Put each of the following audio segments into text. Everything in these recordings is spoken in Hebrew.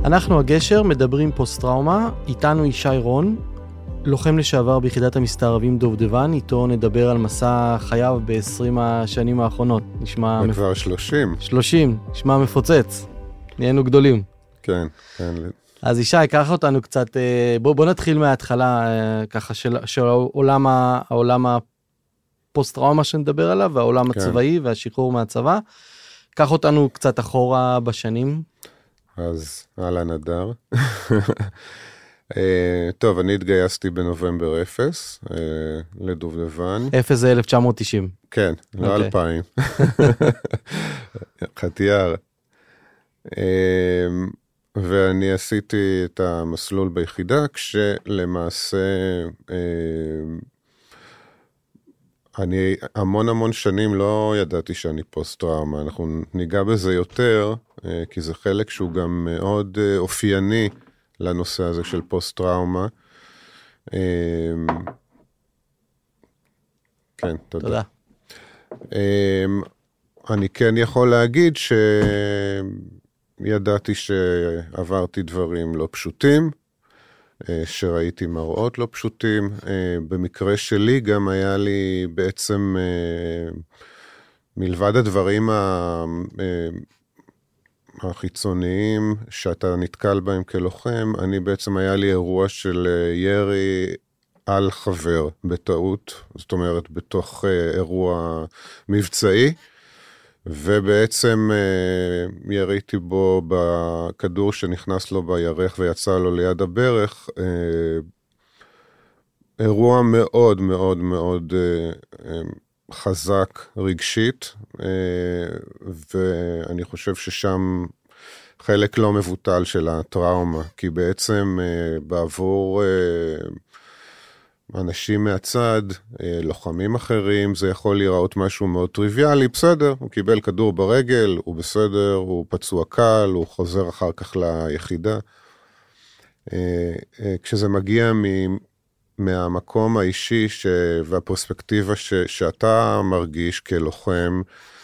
אנחנו הגשר, מדברים פוסט-טראומה, איתנו ישי רון, לוחם לשעבר ביחידת המסתערבים דובדבן, איתו נדבר על מסע חייו ב-20 השנים האחרונות. נשמע... וכבר 30. 30, נשמע מפוצץ. נהיינו גדולים. כן, כן. אז ישי, קח אותנו קצת, בוא נתחיל מההתחלה, ככה של העולם הפוסט-טראומה שנדבר עליו, והעולם הצבאי והשחרור מהצבא. קח אותנו קצת אחורה בשנים. אז אהלן אדר. טוב, אני התגייסתי בנובמבר 0 לדובדבן. 0 זה 1990. כן, לא 2000. חתיאר. ואני עשיתי את המסלול ביחידה, כשלמעשה אני המון שנים לא ידעתי שאני פוסט-טראומה. אנחנו ניגע בזה יותר, כי זה חלק שהוא גם מאוד אופייני לנושא הזה של פוסט-טראומה. כן, תודה. אני כן יכול להגיד שידעתי שעברתי דברים לא פשוטים, שראיתי מראות לא פשוטים. במקרה שלי גם היה לי בעצם, מלבד הדברים החיצוניים שאתה נתקל בהם כלוחם, אני בעצם היה לי אירוע של ירי על חבר בטעות, זאת אומרת בתוך אירוע מבצעי, ובעצם יריתי בו בכדור שנכנס לו בירך ויצא לו ליד הברך. אירוע מאוד מאוד מאוד חזק רגשית, ואני חושב ששם חלק לא מבוטל של הטראומה, כי בעצם בעבור אנשים מהצד, לוחמים אחרים, זה יכול להיראות משהו מאוד טריוויאלי, בסדר, הוא קיבל כדור ברגל, הוא בסדר, הוא פצוע קל, הוא חוזר אחר כך ליחידה. כשזה מגיע מהמקום האישי והפרספקטיבה שאתה מרגיש כלוחם,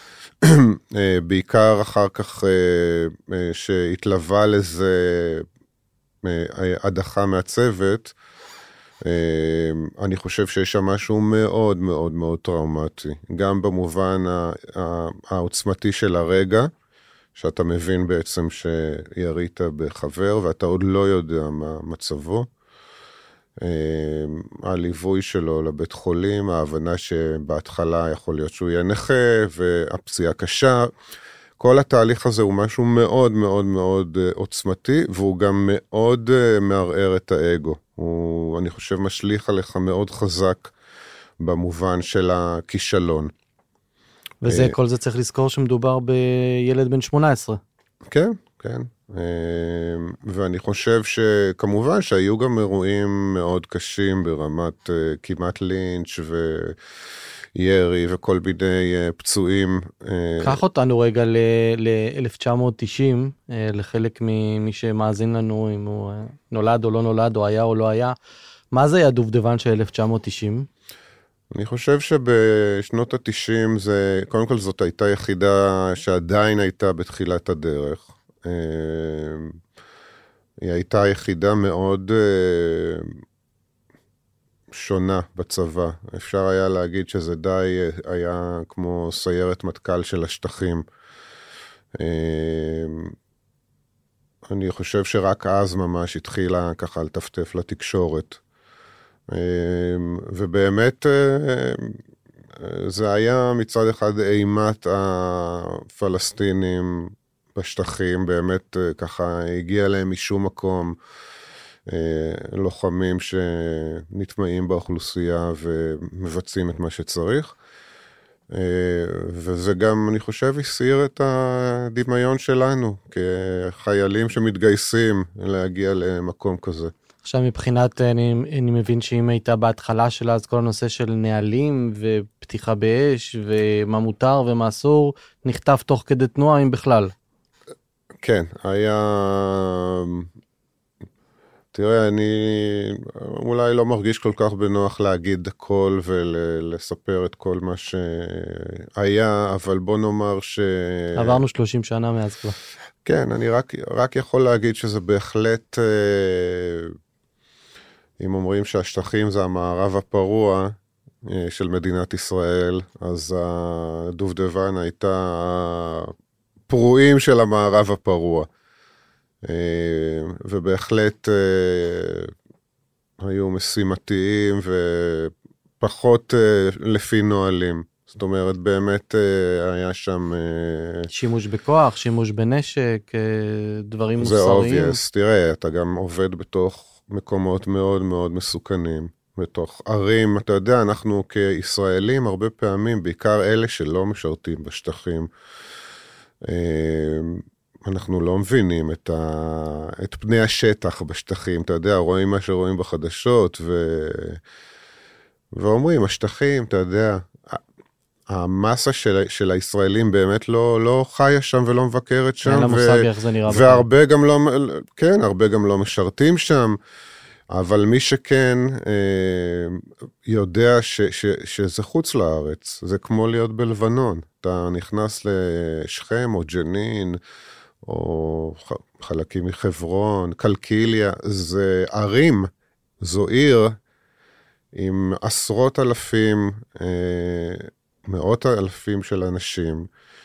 בעיקר אחר כך שהתלווה לזה הדחה מהצוות, אני חושב שיש שם משהו מאוד מאוד מאוד טראומטי, גם במובן העוצמתי של הרגע, שאתה מבין בעצם שירית בחבר ואתה עוד לא יודע מה מצבו, הליווי שלו לבית חולים, ההבנה שבהתחלה יכול להיות שהוא יהיה נכה והפציעה קשה, כל התהליך הזה הוא משהו מאוד מאוד מאוד עוצמתי, והוא גם מאוד מערער את האגו. הוא, אני חושב, משליך עליך מאוד חזק במובן של הכישלון. וזה, כל זה צריך לזכור שמדובר בילד בן 18. כן, כן. ואני חושב שכמובן שהיו גם אירועים מאוד קשים ברמת כמעט לינץ' ירי וכל מיני פצועים. קח אותנו רגע ל-1990, לחלק ממי שמאזין לנו, אם הוא נולד או לא נולד, או היה או לא היה. מה זה היה דובדבן של 1990? אני חושב שבשנות ה-90 זה, קודם כל זאת הייתה יחידה שעדיין הייתה בתחילת הדרך. היא הייתה יחידה מאוד שונה בצבא. אפשר היה להגיד שזה די היה כמו סיירת מטכ"ל של השטחים. אני חושב שרק אז ממש התחילה ככה לטפטף לתקשורת. ובאמת זה היה מצד אחד אימת הפלסטינים בשטחים, באמת ככה הגיע להם משום מקום, לוחמים שנטמעים באוכלוסייה ומבצעים את מה שצריך, וזה גם, אני חושב, הסיר את הדמיון שלנו, כחיילים שמתגייסים להגיע למקום כזה. עכשיו מבחינת, אני מבין שאם הייתה בהתחלה שלה, אז כל הנושא של נהלים ופתיחה באש, ומה מותר ומה אסור, נכתב תוך כדי תנועה, אם בכלל. כן, היה תראה, אני אולי לא מרגיש כל כך בנוח להגיד הכל ולספר את כל מה שהיה, אבל בוא נאמר עברנו 30 שנה מאז כבר. כן, אני רק יכול להגיד שזה בהחלט, אם אומרים שהשטחים זה המערב הפרוע של מדינת ישראל, אז הדובדבן הייתה הפרועים של המערב הפרוע. ובהחלט היו משימתיים ופחות לפי נועלים. זאת אומרת, באמת היה שם שימוש בכוח, שימוש בנשק, דברים זה מוסריים. obvious. תראה, אתה גם עובד בתוך מקומות מאוד מאוד מסוכנים, בתוך ערים. אתה יודע, אנחנו כישראלים הרבה פעמים, בעיקר אלה שלא משרתים בשטחים, אנחנו לא מבינים את פני השטח בשטחים. אתה יודע, רואים מה שרואים בחדשות, ואומרים, השטחים, אתה יודע, המסה של הישראלים באמת לא חיה שם ולא מבקרת שם. אין לה מושג איך זה נראה. והרבה גם לא, כן, הרבה גם לא משרתים שם, אבל מי שכן יודע שזה חוץ לארץ, זה כמו להיות בלבנון. אתה נכנס לשכם או ג'נין, או חלקים מחברון, קלקיליה, זה ערים, זו עיר עם עשרות אלפים, מאות אלפים של אנשים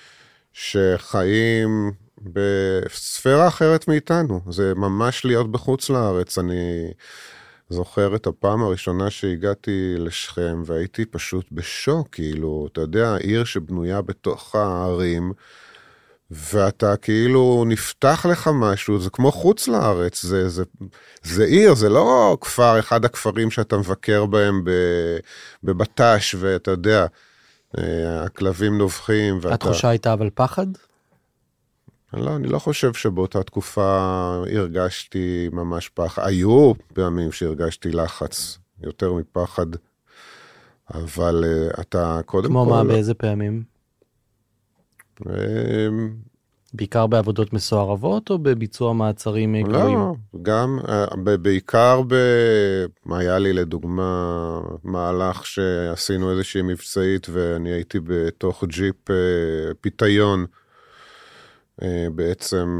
שחיים בספירה אחרת מאיתנו. זה ממש להיות בחוץ לארץ. אני זוכר את הפעם הראשונה שהגעתי לשכם והייתי פשוט בשוק, כאילו, אתה יודע, עיר שבנויה בתוך הערים, ואתה כאילו נפתח לך משהו, זה כמו חוץ לארץ, זה עיר, זה לא כפר, אחד הכפרים שאתה מבקר בהם בבטש, ואתה יודע, הכלבים נובחים. התחושה הייתה אבל פחד? לא, אני לא חושב שבאותה תקופה הרגשתי ממש פחד. היו פעמים שהרגשתי לחץ, יותר מפחד, אבל אתה קודם כמו כל... מה, באיזה פעמים? בעיקר בעבודות מסוערבות או בביצוע מעצרים גלויים? לא, גם בעיקר היה לי לדוגמה מהלך שעשינו איזושהי מבצעית ואני הייתי בתוך ג'יפ פיתיון בעצם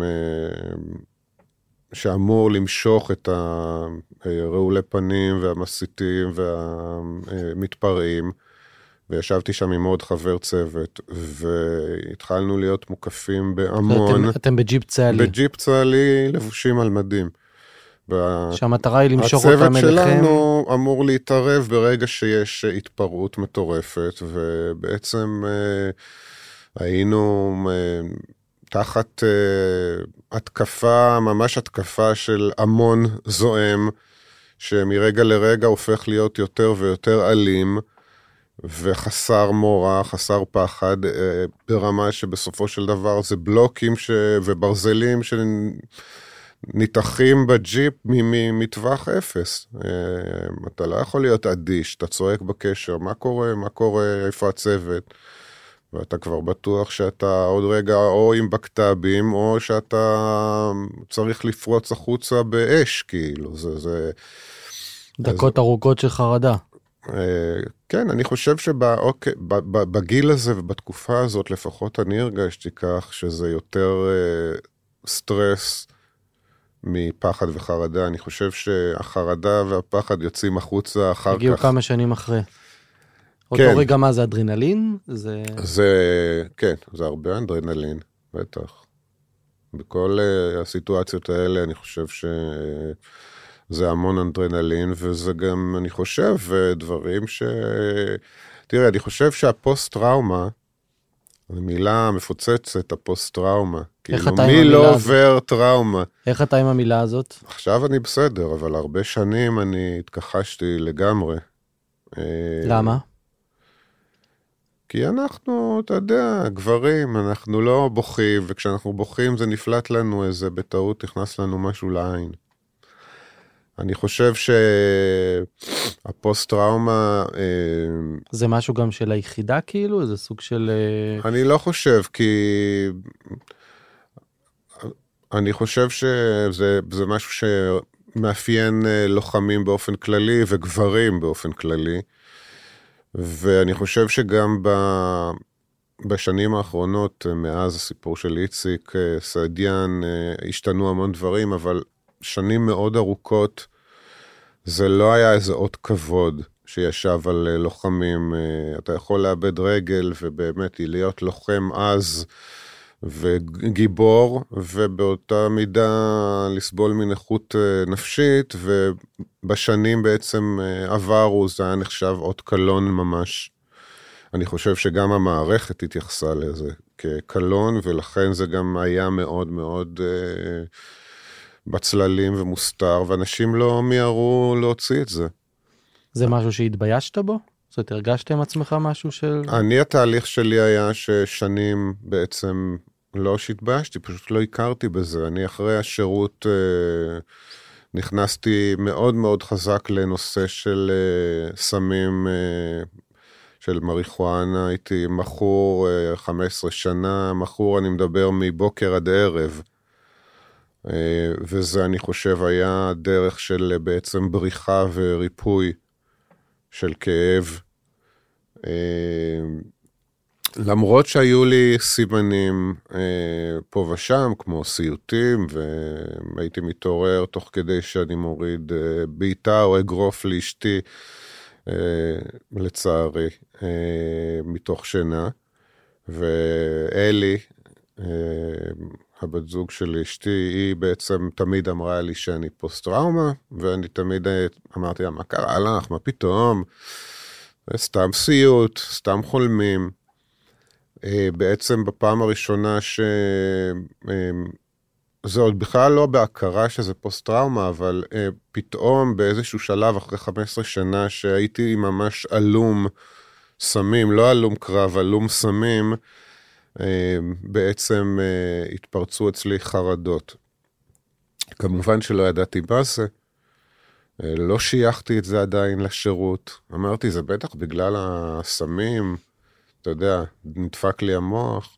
שאמור למשוך את הרעולי פנים והמסיתים והמתפרעים, וישבתי שם עם עוד חבר צוות, והתחלנו להיות מוקפים בהמון. אתם בג'יפ צהלי? בג'יפ צהלי לבושים על מדים. שהמטרה היא למשוך אותם אליכם? הצוות שלנו אמור להתערב ברגע שיש התפרעות מטורפת, ובעצם היינו תחת התקפה, ממש התקפה של המון זועם, שמרגע לרגע הופך להיות יותר ויותר אלים, וחסר מורא, חסר פחד, ברמה שבסופו של דבר זה בלוקים וברזלים שניתחים בג'יפ מטווח אפס. אתה לא יכול להיות אדיש, אתה צועק בקשר, מה קורה, איפה הצוות? ואתה כבר בטוח שאתה עוד רגע או עם בקטבים, או שאתה צריך לפרוץ החוצה באש, כאילו. זה דקות ארוכות של חרדה. כן, אני חושב שבגיל הזה ובתקופה הזאת, לפחות אני הרגשתי כך, שזה יותר סטרס מפחד וחרדה. אני חושב שהחרדה והפחד יוצאים החוצה אחר כך. הגיעו כמה שנים אחרי. אותו רגע מה זה אדרנלין? כן, זה הרבה אדרנלין, בטח. בכל הסיטואציות האלה אני חושב זה המון אדרנלין, וזה גם, אני חושב, דברים תראה, אני חושב שהפוסט-טראומה, זו מילה מפוצצת, הפוסט-טראומה. כאילו, מי לא עובר טראומה? איך אתה עם המילה הזאת? עכשיו אני בסדר, אבל הרבה שנים אני התכחשתי לגמרי. למה? כי אנחנו, אתה יודע, גברים, אנחנו לא בוכים, וכשאנחנו בוכים זה נפלט לנו איזה, בטעות נכנס לנו משהו לעין. אני חושב שהפוסט-טראומה... זה משהו גם של היחידה כאילו? זה סוג של... אני לא חושב, כי... אני חושב שזה משהו מאפיין לוחמים באופן כללי וגברים באופן כללי, ואני חושב שגם בשנים האחרונות, מאז הסיפור של איציק סעידיאן, השתנו המון דברים, אבל שנים מאוד ארוכות, זה לא היה איזה אות כבוד שישב על לוחמים. אתה יכול לאבד רגל ובאמת להיות לוחם אז וגיבור, ובאותה מידה לסבול מנכות נפשית, ובשנים בעצם עברו זה היה נחשב אות קלון ממש. אני חושב שגם המערכת התייחסה לזה כקלון, ולכן זה גם היה מאוד מאוד בצללים ומוסתר, ואנשים לא מיהרו להוציא את זה. זה משהו שהתביישת בו? זאת אומרת, הרגשתם עצמך משהו של... התהליך שלי היה ששנים בעצם לא שהתביישתי, פשוט לא הכרתי בזה. אני אחרי השירות נכנסתי מאוד מאוד חזק לנושא של סמים, של מריחואנה. הייתי מכור 15 שנה, מכור אני מדבר מבוקר עד ערב. וזה אני חושב היה דרך של בעצם בריחה וריפוי של כאב. למרות שהיו לי סימנים פה ושם, כמו סיוטים, והייתי מתעורר תוך כדי שאני מוריד בעיטה או אגרוף לאשתי, לצערי, מתוך שינה. ואלי, הבת זוג של אשתי, היא בעצם תמיד אמרה לי שאני פוסט-טראומה, ואני תמיד אמרתי לה, מה קרה לך? מה פתאום? סתם סיוט, סתם חולמים. בעצם בפעם הראשונה זה עוד בכלל לא בהכרה שזה פוסט-טראומה, אבל פתאום באיזשהו שלב אחרי 15 שנה שהייתי ממש אלום סמים, לא אלום קרב, אלום סמים, בעצם התפרצו אצלי חרדות. כמובן שלא ידעתי מה זה, לא שייכתי את זה עדיין לשירות. אמרתי, זה בטח בגלל הסמים, אתה יודע, נדפק לי המוח.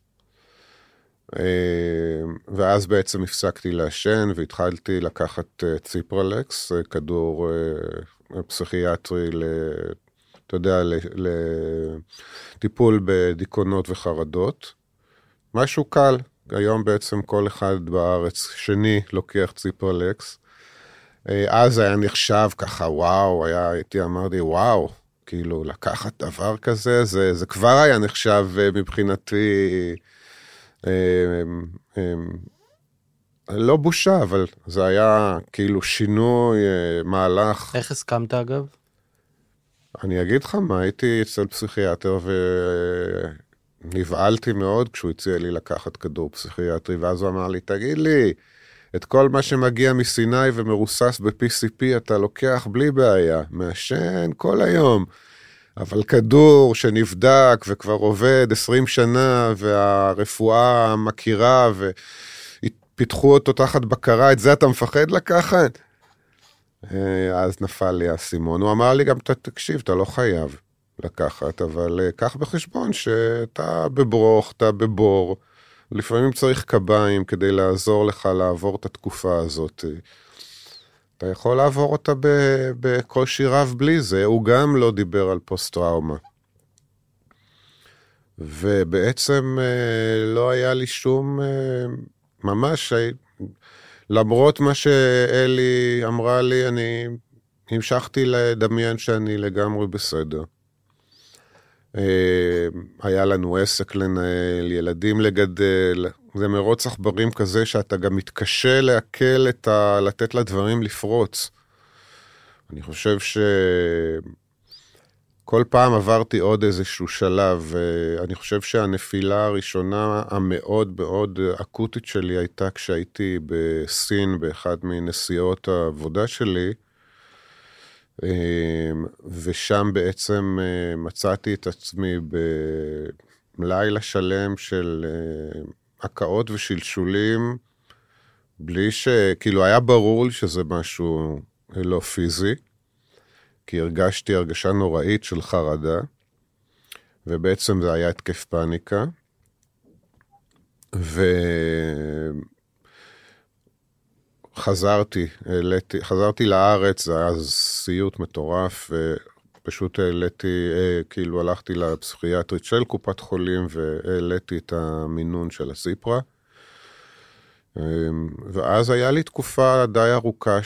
ואז בעצם הפסקתי לעשן, והתחלתי לקחת ציפרלקס, כדור פסיכיאטרי, אתה יודע, לטיפול בדיכאונות וחרדות. משהו קל. היום בעצם כל אחד בארץ שני לוקח ציפרלקס. אז היה נחשב ככה, וואו, הייתי אמרתי, וואו, כאילו לקחת דבר כזה, זה כבר היה נחשב מבחינתי, לא בושה, אבל זה היה כאילו שינוי, מהלך. איך הסכמת אגב? אני אגיד לך מה, הייתי אצל פסיכיאטר ונבעלתי מאוד כשהוא הציע לי לקחת כדור פסיכיאטרי, ואז הוא אמר לי, תגיד לי, את כל מה שמגיע מסיני ומרוסס ב-PCP אתה לוקח בלי בעיה, מעשן כל היום, אבל כדור שנבדק וכבר עובד 20 שנה והרפואה מכירה ופיתחו אותו תחת בקרה, את זה אתה מפחד לקחת? אז נפל לי הסימון. הוא אמר לי גם, תקשיב, אתה לא חייב לקחת, אבל קח בחשבון שאתה בברוך, אתה בבור, לפעמים צריך קביים כדי לעזור לך לעבור את התקופה הזאת. אתה יכול לעבור אותה בקושי רב בלי זה. הוא גם לא דיבר על פוסט-טראומה. ובעצם לא היה לי שום, ממש, למרות מה שאלי אמרה לי, אני המשכתי לדמיין שאני לגמרי בסדר. היה לנו עסק לנהל, ילדים לגדל, זה מרוץ עכברים כזה שאתה גם מתקשה להקל לתת לדברים לפרוץ. אני חושב שכל פעם עברתי עוד איזשהו שלב, ואני חושב שהנפילה הראשונה המאוד מאוד אקוטית שלי הייתה כשהייתי בסין באחד מנסיעות העבודה שלי, ושם בעצם מצאתי את עצמי בלילה שלם של הקאות ושלשולים, בלי שכאילו היה ברור לי שזה משהו לא פיזי, כי הרגשתי הרגשה נוראית של חרדה, ובעצם זה היה התקף פאניקה, חזרתי לארץ, זה היה סיוט מטורף, ופשוט כאילו הלכתי לפסיכיאטרית של קופת חולים, והעליתי את המינון של הסיפרה, ואז היה לי תקופה די ארוכה,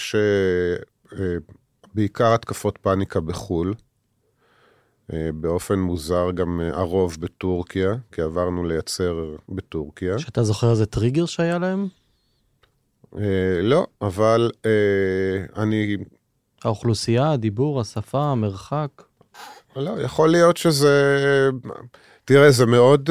בעיקר התקפות פאניקה בחול, באופן מוזר גם הרוב בטורקיה, כי עברנו לייצר בטורקיה. שאתה זוכר איזה טריגר שהיה להם? לא, אבל אני... האוכלוסייה, הדיבור, השפה, המרחק? לא, יכול להיות שזה... תראה, זה מאוד...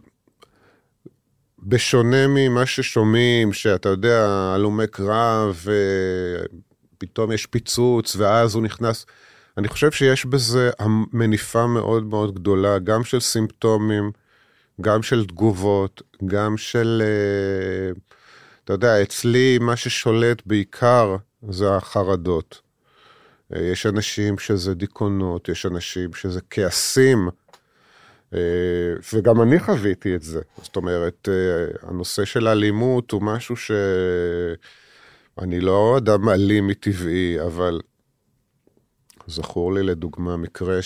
בשונה ממה ששומעים, שאתה יודע, הלומי קרב, ופתאום יש פיצוץ, ואז הוא נכנס... אני חושב שיש בזה מניפה מאוד מאוד גדולה, גם של סימפטומים, גם של תגובות, גם של... אתה יודע, אצלי מה ששולט בעיקר זה החרדות. יש אנשים שזה דיכאונות, יש אנשים שזה כעסים, וגם אני חוויתי את זה. זאת אומרת, הנושא של האלימות הוא משהו שאני לא אדם אלים מטבעי, אבל זכור לי לדוגמה מקרה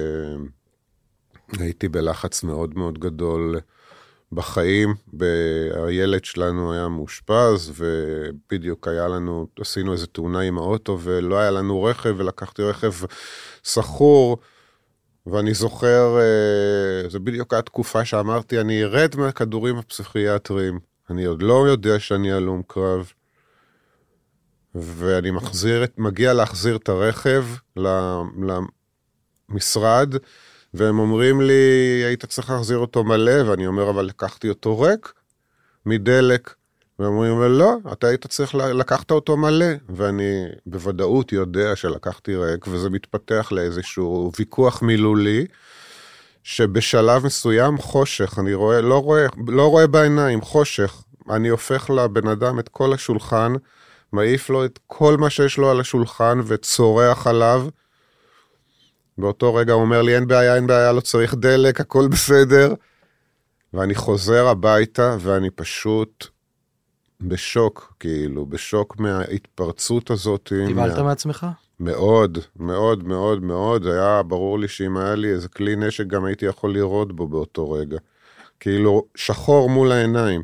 שהייתי בלחץ מאוד מאוד גדול בחיים, הילד שלנו היה מאושפז, ובדיוק עשינו איזו תאונה עם האוטו, ולא היה לנו רכב, ולקחתי רכב סחור, ואני זוכר, זה בדיוק התקופה שאמרתי, אני ארד מהכדורים הפסיכיאטריים, אני עוד לא יודע שאני הלום קרב, ואני מגיע להחזיר את הרכב למשרד, והם אומרים לי, היית צריך להחזיר אותו מלא, ואני אומר, אבל לקחתי אותו ריק, מדלק. והם אומרים, לא, אתה היית צריך לקחת אותו מלא, ואני בוודאות יודע שלקחתי ריק, וזה מתפתח לאיזשהו ויכוח מילולי, שבשלב מסוים חושך, אני לא רואה בעיניים, חושך, אני הופך לבן אדם את כל השולחן, מעיף לו את כל מה שיש לו על השולחן, וצורח עליו, באותו רגע הוא אומר לי, אין בעיה, לא צריך דלק, הכל בסדר. ואני חוזר הביתה, ואני פשוט בשוק, כאילו, בשוק מההתפרצות הזאת. קיבלת מעצמך? מאוד, מאוד, מאוד, מאוד. היה ברור לי שאם היה לי איזה כלי נשק, גם הייתי יכול לראות בו באותו רגע. כאילו, שחור מול העיניים.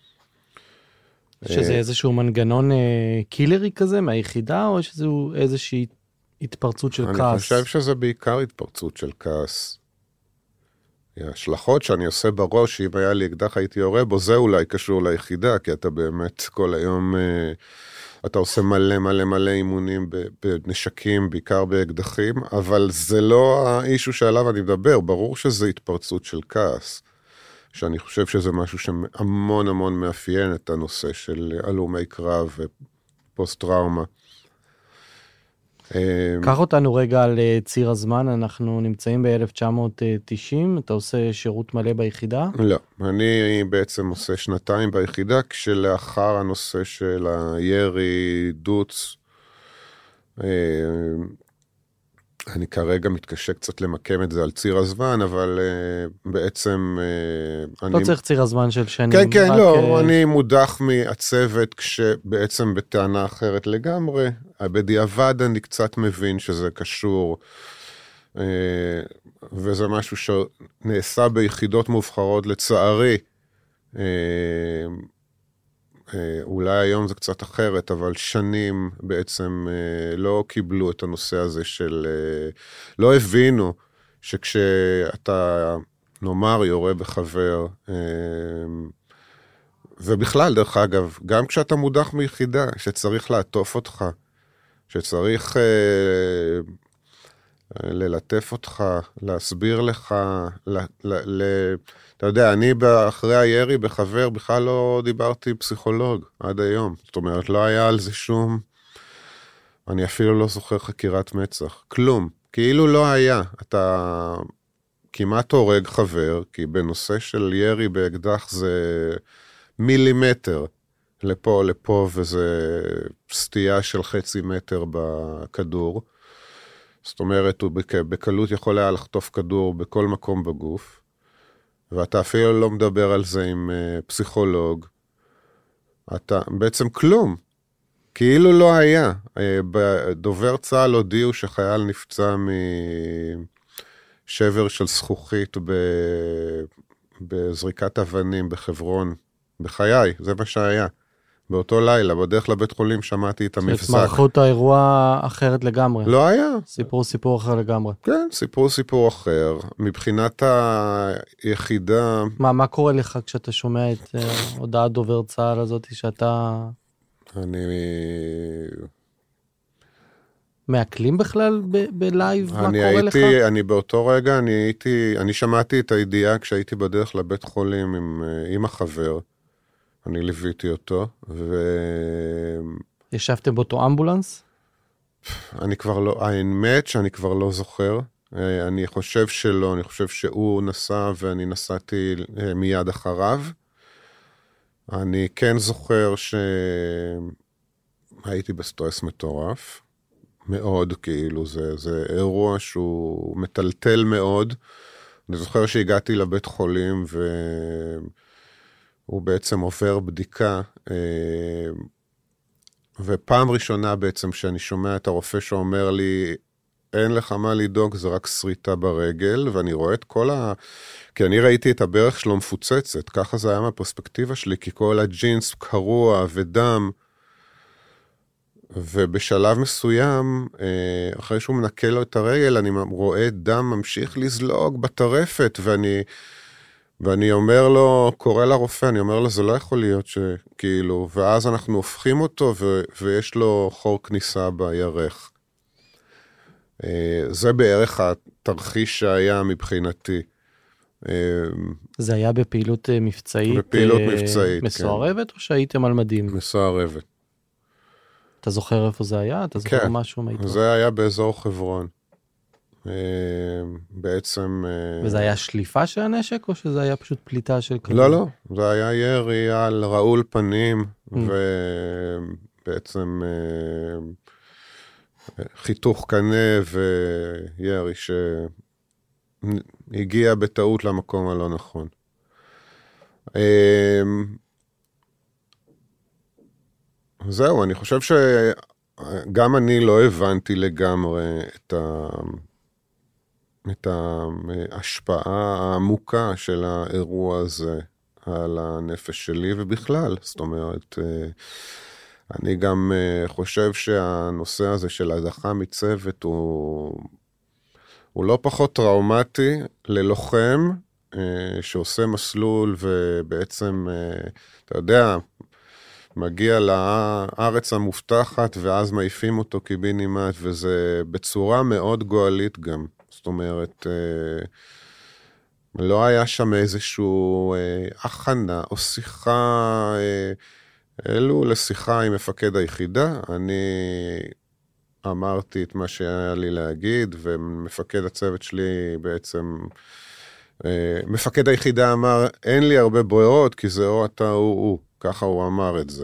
שזה איזשהו מנגנון קילרי כזה מהיחידה, או שזה איזושהי התפרצות של כעס? אני חושב שזה בעיקר התפרצות של כעס. ההשלכות שאני עושה בראש, אם היה לי אקדח הייתי יורה בו, זה אולי קשור ליחידה, כי אתה באמת כל היום, אתה עושה מלא מלא מלא אימונים בנשקים, בעיקר באקדחים, אבל זה לא האישו שעליו אני מדבר, ברור שזה התפרצות של כעס, שאני חושב שזה משהו שהמון המון מאפיין את הנושא של הלומי קרב ופוסט-טראומה. קח אותנו רגע על ציר הזמן, אנחנו נמצאים ב-1990, אתה עושה שירות מלא ביחידה? לא, אני בעצם עושה 2 ביחידה, כשלאחר הנושא של הירי דוץ, אני כרגע מתקשה קצת למקם את זה על ציר הזמן, אבל בעצם... לא צריך ציר הזמן של שנים. כן, כן, לא, אני מודח מהצוות כשבעצם בטענה אחרת לגמרי. בדיעבד אני קצת מבין שזה קשור, וזה משהו שנעשה ביחידות מובחרות לצערי. אולי היום זה קצת אחרת, אבל שנים בעצם לא קיבלו את הנושא הזה של... לא הבינו שכשאתה, נאמר, יורה בחבר, ובכלל, דרך אגב, גם כשאתה מודח מיחידה, שצריך לעטוף אותך, שצריך ללטף אותך, להסביר לך, אתה יודע, אני אחרי הירי בחבר בכלל לא דיברתי פסיכולוג עד היום. זאת אומרת, לא היה על זה שום... אני אפילו לא זוכר חקירת מצח. כלום. כאילו לא היה. אתה כמעט הורג חבר, כי בנושא של ירי באקדח זה מילימטר לפה, וזה סטייה של חצי מטר בכדור. זאת אומרת, הוא בקלות יכול היה לחטוף כדור בכל מקום בגוף. ואתה אפילו לא מדבר על זה עם פסיכולוג, אתה בעצם כלום, כאילו לא היה. דובר צה"ל הודיעו שחייל נפצע משבר של זכוכית בזריקת אבנים בחברון, בחיי, זה מה שהיה. באותו לילה, בדרך לבית חולים שמעתי את המבזק. מערכות האירוע אחרת לגמרי. לא היה. סיפור אחר לגמרי. כן, סיפור אחר. מבחינת היחידה... מה קורה לך כשאתה שומע את הודעת דובר צה"ל הזאת שאתה... אני... מעכלים בכלל בלייב? מה קורה לך? אני באותו רגע, אני שמעתי את הידיעה כשהייתי בדרך לבית חולים עם החבר. אני ליוויתי אותו, ישבתם באותו אמבולנס? אני כבר לא, האמת שאני כבר לא זוכר. אני חושב שלא, אני חושב שהוא נסע ואני נסעתי מיד אחריו. אני כן זוכר שהייתי בסטרס מטורף. מאוד, כאילו, זה אירוע שהוא מטלטל מאוד. אני זוכר שהגעתי לבית חולים הוא בעצם עובר בדיקה, ופעם ראשונה בעצם שאני שומע את הרופא שאומר לי, אין לך מה לדאוג, זה רק שריטה ברגל, ואני רואה את כי אני ראיתי את הברך שלו מפוצצת, ככה זה היה מהפרספקטיבה שלי, כי כל הג'ינס קרוע ודם, ובשלב מסוים, אחרי שהוא מנקה לו את הרגל, אני רואה דם ממשיך לזלוג בטרפת, ואני אומר לו, קורא לרופא, אני אומר לו, זה לא יכול להיות שכאילו, ואז אנחנו הופכים אותו, ויש לו חור כניסה בירך. זה בערך התרחיש שהיה מבחינתי. זה היה בפעילות מבצעית? בפעילות מבצעית, מסוערבת, או שהייתם על מדים? מסוערבת. אתה זוכר איפה זה היה? אתה זוכר משהו מהיתו? זה היה באזור חברון. בעצם... וזה היה שליפה של הנשק, או שזה היה פשוט פליטה של כדור? לא, לא. זה היה ירי על רעול פנים, ובעצם חיתוך קנה וירי שהגיע בטעות למקום הלא נכון. זהו, אני חושב שגם אני לא הבנתי לגמרי את ההשפעה העמוקה של האירוע הזה על הנפש שלי ובכלל. זאת אומרת, אני גם חושב שהנושא הזה של הדחה מצוות הוא לא פחות טראומטי ללוחם שעושה מסלול ובעצם, אתה יודע, מגיע לארץ המובטחת ואז מעיפים אותו קיבינימט, וזה בצורה מאוד גואלית גם. זאת אומרת, לא היה שם איזשהו הכנה או שיחה, אלו לשיחה עם מפקד היחידה. אני אמרתי את מה שהיה לי להגיד, ומפקד הצוות שלי בעצם, מפקד היחידה אמר, אין לי הרבה ברירות, כי זה או אתה או הוא. ככה הוא אמר את זה.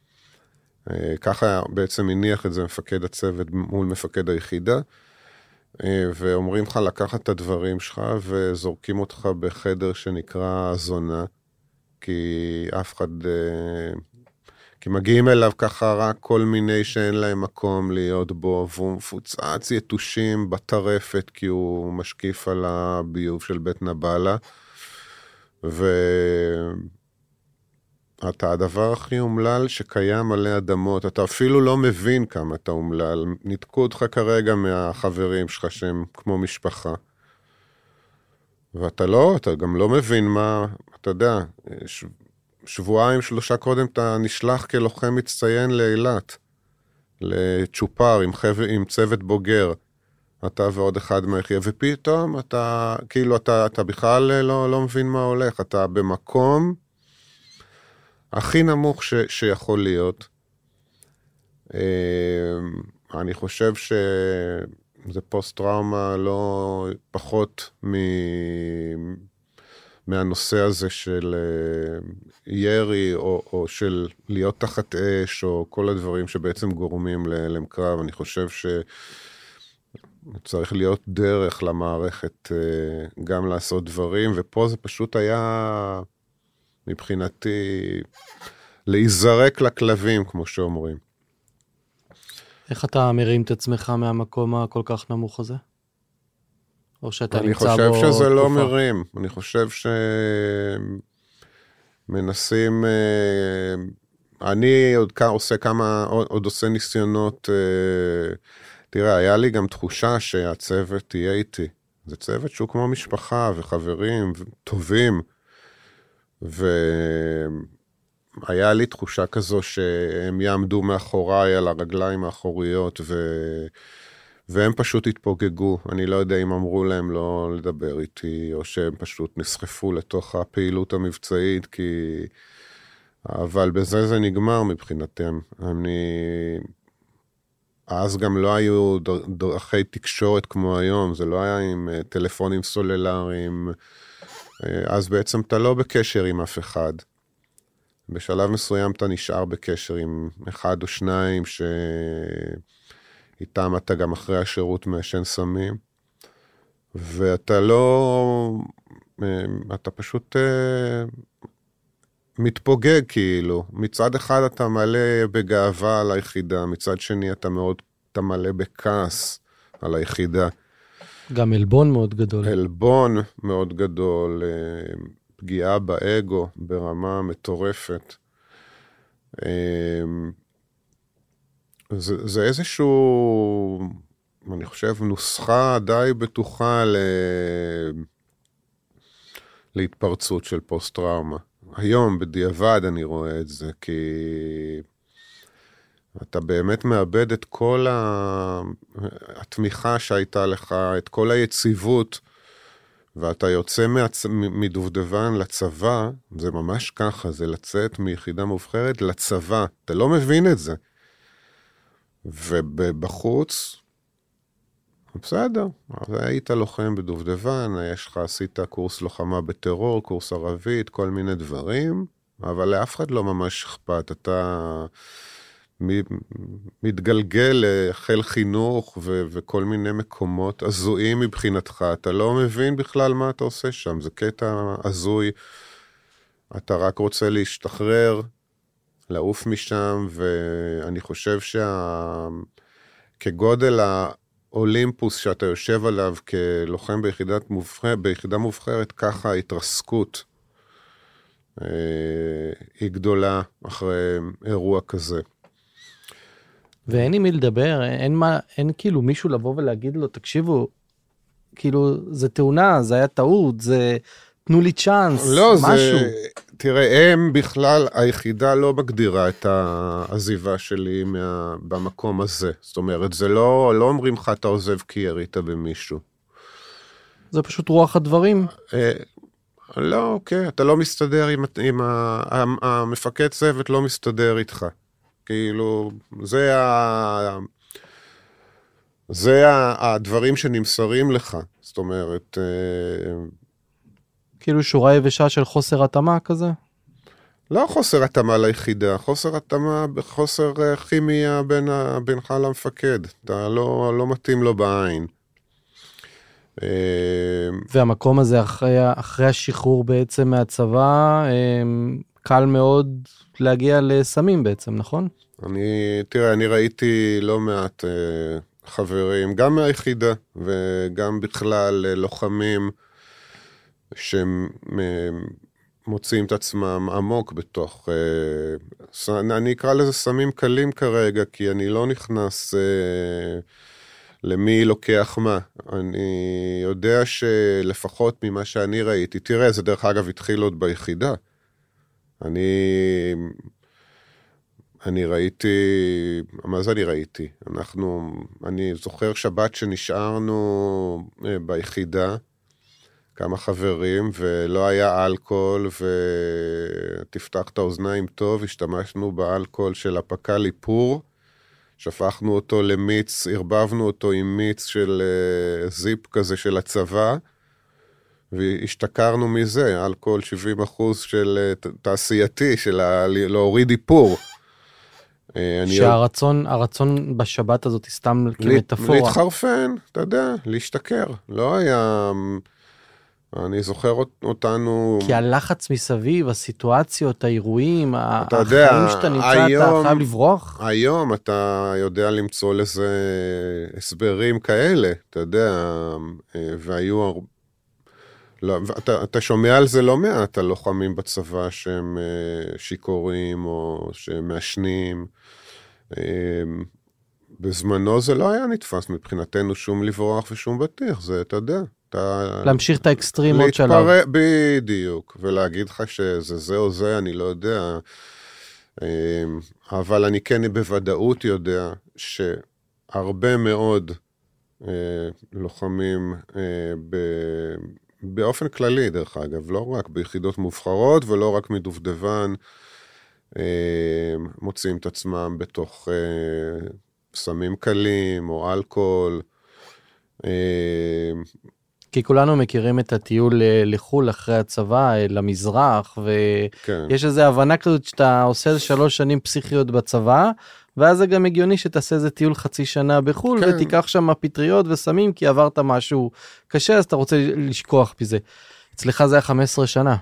ככה בעצם הניח את זה מפקד הצוות מול מפקד היחידה, ואומרים לך לקחת את הדברים שלך, וזורקים אותך בחדר שנקרא זונה, כי אף אחד, כי מגיעים אליו ככה רק כל מיני שאין להם מקום להיות בו, והוא מפוצץ יתושים בטרפת, כי הוא משקיף על הביוב של בית נבלה, אתה הדבר הכי אומלל שקיים עלי אדמות, אתה אפילו לא מבין כמה אתה אומלל, נתקו אותך כרגע מהחברים שלך שהם כמו משפחה. ואתה גם לא מבין מה, אתה יודע, שבועיים, 3 קודם אתה נשלח כלוחם מצטיין לאילת, לצ'ופר עם צוות בוגר, אתה ועוד אחד מהיחידה, ופתאום אתה, כאילו אתה בכלל לא מבין מה הולך, אתה במקום, הכי נמוך שיכול להיות. אני חושב שזה פוסט-טראומה לא פחות מהנושא הזה של ירי, או של להיות תחת אש, או כל הדברים שבעצם גורמים למקרב. אני חושב שצריך להיות דרך למערכת גם לעשות דברים, ופה זה פשוט היה... מבחינתי, להיזרק לכלבים, כמו שאומרים. איך אתה מרים את עצמך מהמקום הכל כך נמוך הזה? או שאתה נמצא בו אני חושב שזה תקופה? לא מרים, אני חושב שמנסים, אני עוד עושה ניסיונות, תראה, היה לי גם תחושה שהצוות תהיה איתי, זה צוות שהוא כמו משפחה וחברים טובים, והיה לי תחושה כזו שהם יעמדו מאחוריי על הרגליים האחוריות, והם פשוט התפוגגו. אני לא יודע אם אמרו להם לא לדבר איתי, או שהם פשוט נסחפו לתוך הפעילות המבצעית, אבל בזה זה נגמר מבחינתם. אז גם לא היו דרכי תקשורת כמו היום, זה לא היה עם טלפונים סוללריים, אז בעצם אתה לא בקשר עם אף אחד. בשלב מסוים אתה נשאר בקשר עם אחד או שניים איתם אתה גם אחרי השירות מעשן סמים, ואתה לא, אתה פשוט מתפוגג כאילו. מצד אחד אתה מלא בגאווה על היחידה, מצד שני אתה מלא בכעס על היחידה. גם אלבון מאוד גדול. אלבון מאוד גדול, פגיעה באגו ברמה מטורפת. זה איזשהו, אני חושב, נוסחה די בטוחה להתפרצות של פוסט-טראומה. היום בדיעבד אני רואה את זה, כי אתה באמת מאבד את כל התמיכה שהייתה לך, את כל היציבות, ואתה יוצא מדובדבן לצבא, זה ממש ככה, זה לצאת מיחידה מובחרת לצבא, אתה לא מבין את זה. ובחוץ, בסדר, היית לוחם בדובדבן, עשית קורס לוחמה בטרור, קורס ערבית, כל מיני דברים, אבל לאף אחד לא ממש אכפת, אתה מתגלגל לחיל חינוך וכל מיני מקומות הזויים מבחינתך, אתה לא מבין בכלל מה אתה עושה שם, זה קטע הזוי, אתה רק רוצה להשתחרר, לעוף משם, ואני חושב כגודל האולימפוס שאתה יושב עליו כלוחם ביחידה מובחרת, ככה ההתרסקות היא גדולה אחרי אירוע כזה. ואין עם מי לדבר, אין כאילו מישהו לבוא ולהגיד לו, תקשיבו, כאילו זה תאונה, זה היה טעות, זה תנו לי צ'אנס, לא, משהו. תראה, הם בכלל, היחידה לא מגדירה את העזיבה שלי במקום הזה. זאת אומרת, זה לא אומרים לך, אתה עוזב כי ירית במישהו. זה פשוט רוח הדברים. לא, אוקיי, אתה לא מסתדר עם המפקד צוות לא מסתדר איתך. כאילו, זה הדברים שנמסרים לך. זאת אומרת, כאילו שורה יבשה של חוסר התאמה כזה? לא חוסר התאמה ליחידה, חוסר התאמה, חוסר כימיה בינך למפקד. אתה לא מתאים לו בעין. והמקום הזה אחרי השחרור בעצם מהצבא, קל מאוד להגיע לסמים בעצם, נכון? תראה, אני ראיתי לא מעט חברים, גם מהיחידה וגם בכלל לוחמים, שמוצאים את עצמם עמוק בתוך, אני אקרא לזה סמים קלים כרגע, כי אני לא נכנס למי לוקח מה. אני יודע שלפחות ממה שאני ראיתי, תראה, זה דרך אגב התחיל עוד ביחידה. אני ראיתי, מה זה אני ראיתי? אני זוכר שבת שנשארנו ביחידה, כמה חברים, ולא היה אלכוהול, ותפתח את האוזניים טוב, השתמשנו באלכוהול של הפקה ליפור, שפכנו אותו למיץ, הרבבנו אותו עם מיץ של זיפ כזה של הצבא, והשתכרנו מזה, אלכוהול 70% של תעשייתי, של להוריד איפור. שהרצון בשבת הזאת סתם כמטאפורה. להתחרפן, אתה יודע, להשתכר. לא היה אני זוכר אותנו... כי הלחץ מסביב, הסיטואציות, האירועים, החיים שאתה נמצא, אתה חייב לברוח. היום אתה יודע למצוא לזה הסברים כאלה, אתה יודע, והיו... לא, אתה שומע על זה לא מעט, הלוחמים בצבא שהם שיכורים או שהם מעשנים. בזמנו זה לא היה נתפס מבחינתנו שום לברוח ושום בטיח, זה אתה יודע. להמשיך את האקסטרימות שלו. בדיוק, ולהגיד לך שזה זה או זה, אני לא יודע. אבל אני כן בוודאות יודע שהרבה מאוד לוחמים באופן כללי, דרך אגב, לא רק ביחידות מובחרות ולא רק מדובדבן, מוצאים את עצמם בתוך סמים קלים או אלכוהול. כי כולנו מכירים את הטיול לחול אחרי הצבא, למזרח, ויש איזו הבנה כזאת שאתה עושה 3 שנים פסיכיות בצבא, ואז זה גם הגיוני שתעשה איזה טיול חצי שנה בחול, כן. ותיקח שם פטריות וסמים, כי עברת משהו קשה, אז אתה רוצה לשכוח בזה. אצלך זה היה 15 שנה.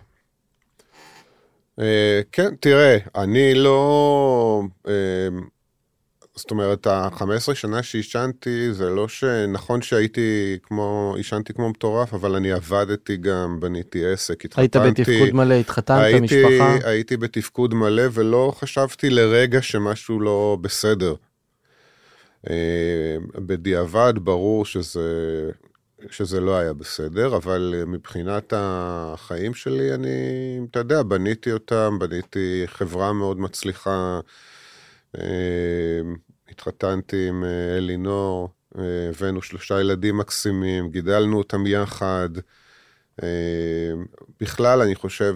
כן, תראה, אני לא... זאת אומרת, ה-15 שנה שהישנתי, זה לא שנכון שהייתי כמו, הישנתי כמו מטורף, אבל אני עבדתי גם, בניתי עסק, התחתנתי. היית בתפקוד מלא, התחתנת, משפחה? הייתי בתפקוד מלא, ולא חשבתי לרגע שמשהו לא בסדר. בדיעבד ברור שזה לא היה בסדר, אבל מבחינת החיים שלי, אתה יודע, בניתי אותם, בניתי חברה מאוד מצליחה, התחתנתי עם אלינור, הבאנו 3 ילדים מקסימים, גידלנו אותם יחד. בכלל, אני חושב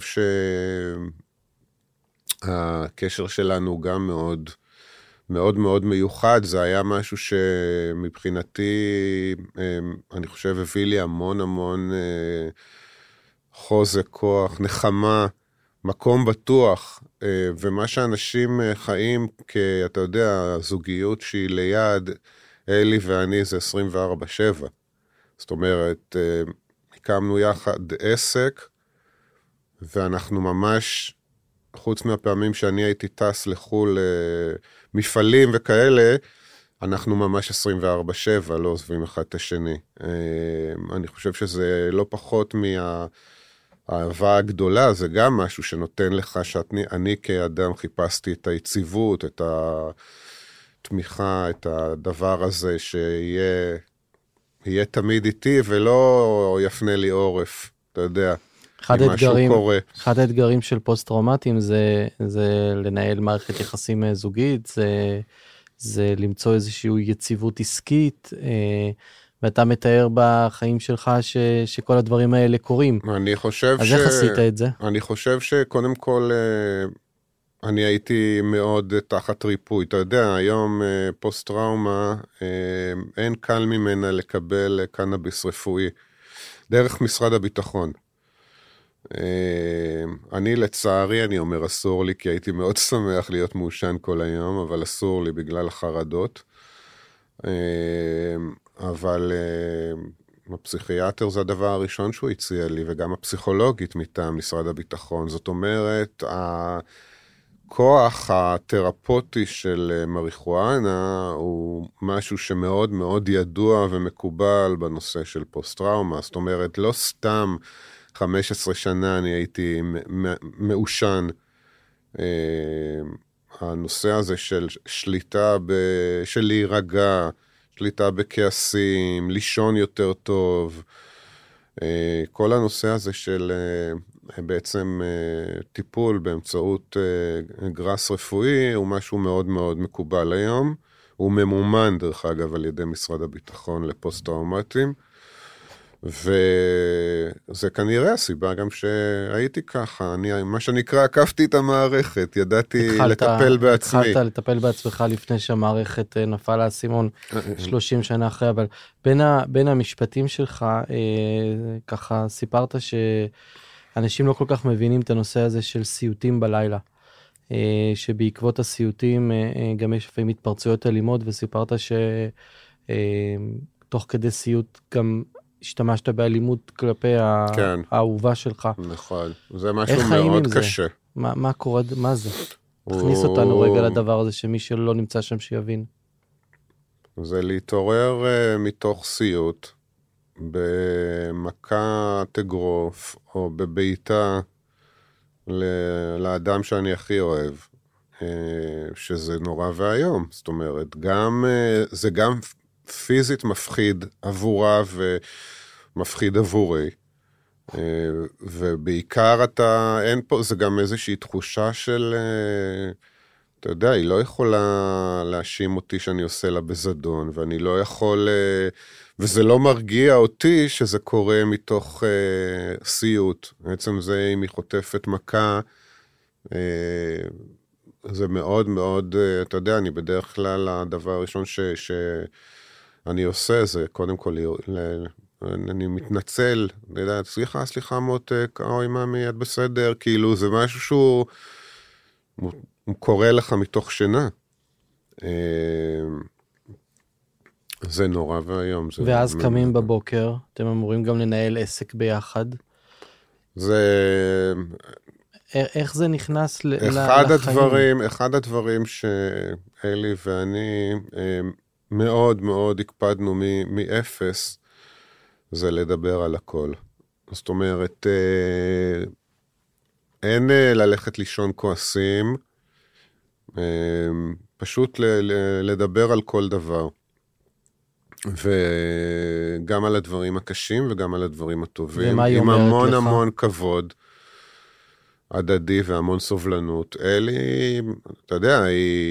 שהקשר שלנו גם מאוד, מאוד מאוד מיוחד. זה היה משהו שמבחינתי, אני חושב, הביא לי המון המון חוזק, כוח, נחמה, מקום בטוח, ומה שאנשים חיים, אתה יודע, זוגיות שהיא ליד, אלי ואני זה 24/7. זאת אומרת, הקמנו יחד עסק, ואנחנו ממש, חוץ מהפעמים שאני הייתי טס לחול מפעלים וכאלה, אנחנו ממש 24/7, לא עוזבים אחד את השני. אני חושב שזה לא פחות האהבה הגדולה, זה גם משהו שנותן לך שאני כאדם חיפשתי את היציבות, את התמיכה, את הדבר הזה שיהיה תמיד איתי ולא יפנה לי עורף, אתה יודע, אם משהו קורה. אחד האתגרים של פוסט-טראומטיים זה לנהל מערכת יחסים זוגית, זה למצוא איזושהי יציבות עסקית, ואתה מתאר בחיים שלך שכל הדברים האלה קורים. אז איך עשית את זה? אני חושב שקודם כל, אני הייתי מאוד תחת ריפוי. אתה יודע, היום פוסט-טראומה, אין קל ממנה לקבל קנאביס רפואי, דרך משרד הביטחון. אני לצערי, אני אומר אסור לי, כי הייתי מאוד שמח להיות מאושן כל היום, אבל אסור לי בגלל החרדות. אבל הפסיכיאטר זה הדבר הראשון שהוא הציע לי, וגם הפסיכולוגית מטעם משרד הביטחון. זאת אומרת, הכוח התרפוטי של מריחואנה הוא משהו שמאוד מאוד ידוע ומקובל בנושא של פוסט-טראומה. זאת אומרת, לא סתם 15 שנה אני הייתי מאושן. הנושא הזה של שליטה, של להירגע, שליטה בכעסים, לישון יותר טוב, כל הנושא הזה של בעצם טיפול באמצעות גרס רפואי, הוא משהו מאוד מאוד מקובל היום, הוא ממומן דרך אגב על ידי משרד הביטחון לפוסט-טראומטיים, וזה כנראה הסיבה גם שהייתי ככה, אני מה שנקרא, עקפתי את המערכת, ידעתי לטפל בעצמי. התחלת לטפל בעצמך לפני שהמערכת נפל האסימון 30 שנה אחרי, אבל בין המשפטים שלך, ככה סיפרת שאנשים לא כל כך מבינים את הנושא הזה של סיוטים בלילה, שבעקבות הסיוטים גם יש לפעמים התפרצויות אלימות, וסיפרת שתוך כדי סיוט גם השתמשת באלימות כלפי כן. האהובה שלך. נכון, זה משהו מאוד קשה. מה קורה, מה זה? תכניס אותנו רגע לדבר הזה, שמי שלא נמצא שם שיבין. זה להתעורר מתוך סיוט, במכת אגרוף, או בביתה, לאדם שאני הכי אוהב, שזה נורא והיום. זאת אומרת, זה גם פיזית מפחיד עבורה ומפחיד עבורי. ובעיקר אין פה, זה גם איזושהי תחושה של, אתה יודע, היא לא יכולה להאשים אותי שאני עושה לה בזדון, ואני לא יכול, וזה לא מרגיע אותי שזה קורה מתוך סיוט. בעצם זה, אם היא חוטפת מכה, זה מאוד מאוד, אתה יודע, אני בדרך כלל, הדבר הראשון שאני עושה, זה קודם כל, אני מתנצל, אני יודע, סליחה מותק, אוי ממי, את בסדר, כאילו זה משהו שהוא קורא לך מתוך שינה. זה נורא והיום. ואז קמים בבוקר, אתם אמורים גם לנהל עסק ביחד. איך זה נכנס לחיים? אחד הדברים שאלי ואני מאוד מאוד הקפדנו מאפס, זה לדבר על הכל. זאת אומרת, אין ללכת לישון כועסים, פשוט לדבר על כל דבר. וגם על הדברים הקשים וגם על הדברים הטובים. ומה היא אומרת לך? עם המון המון כבוד הדדי והמון סובלנות. אלי, אתה יודע,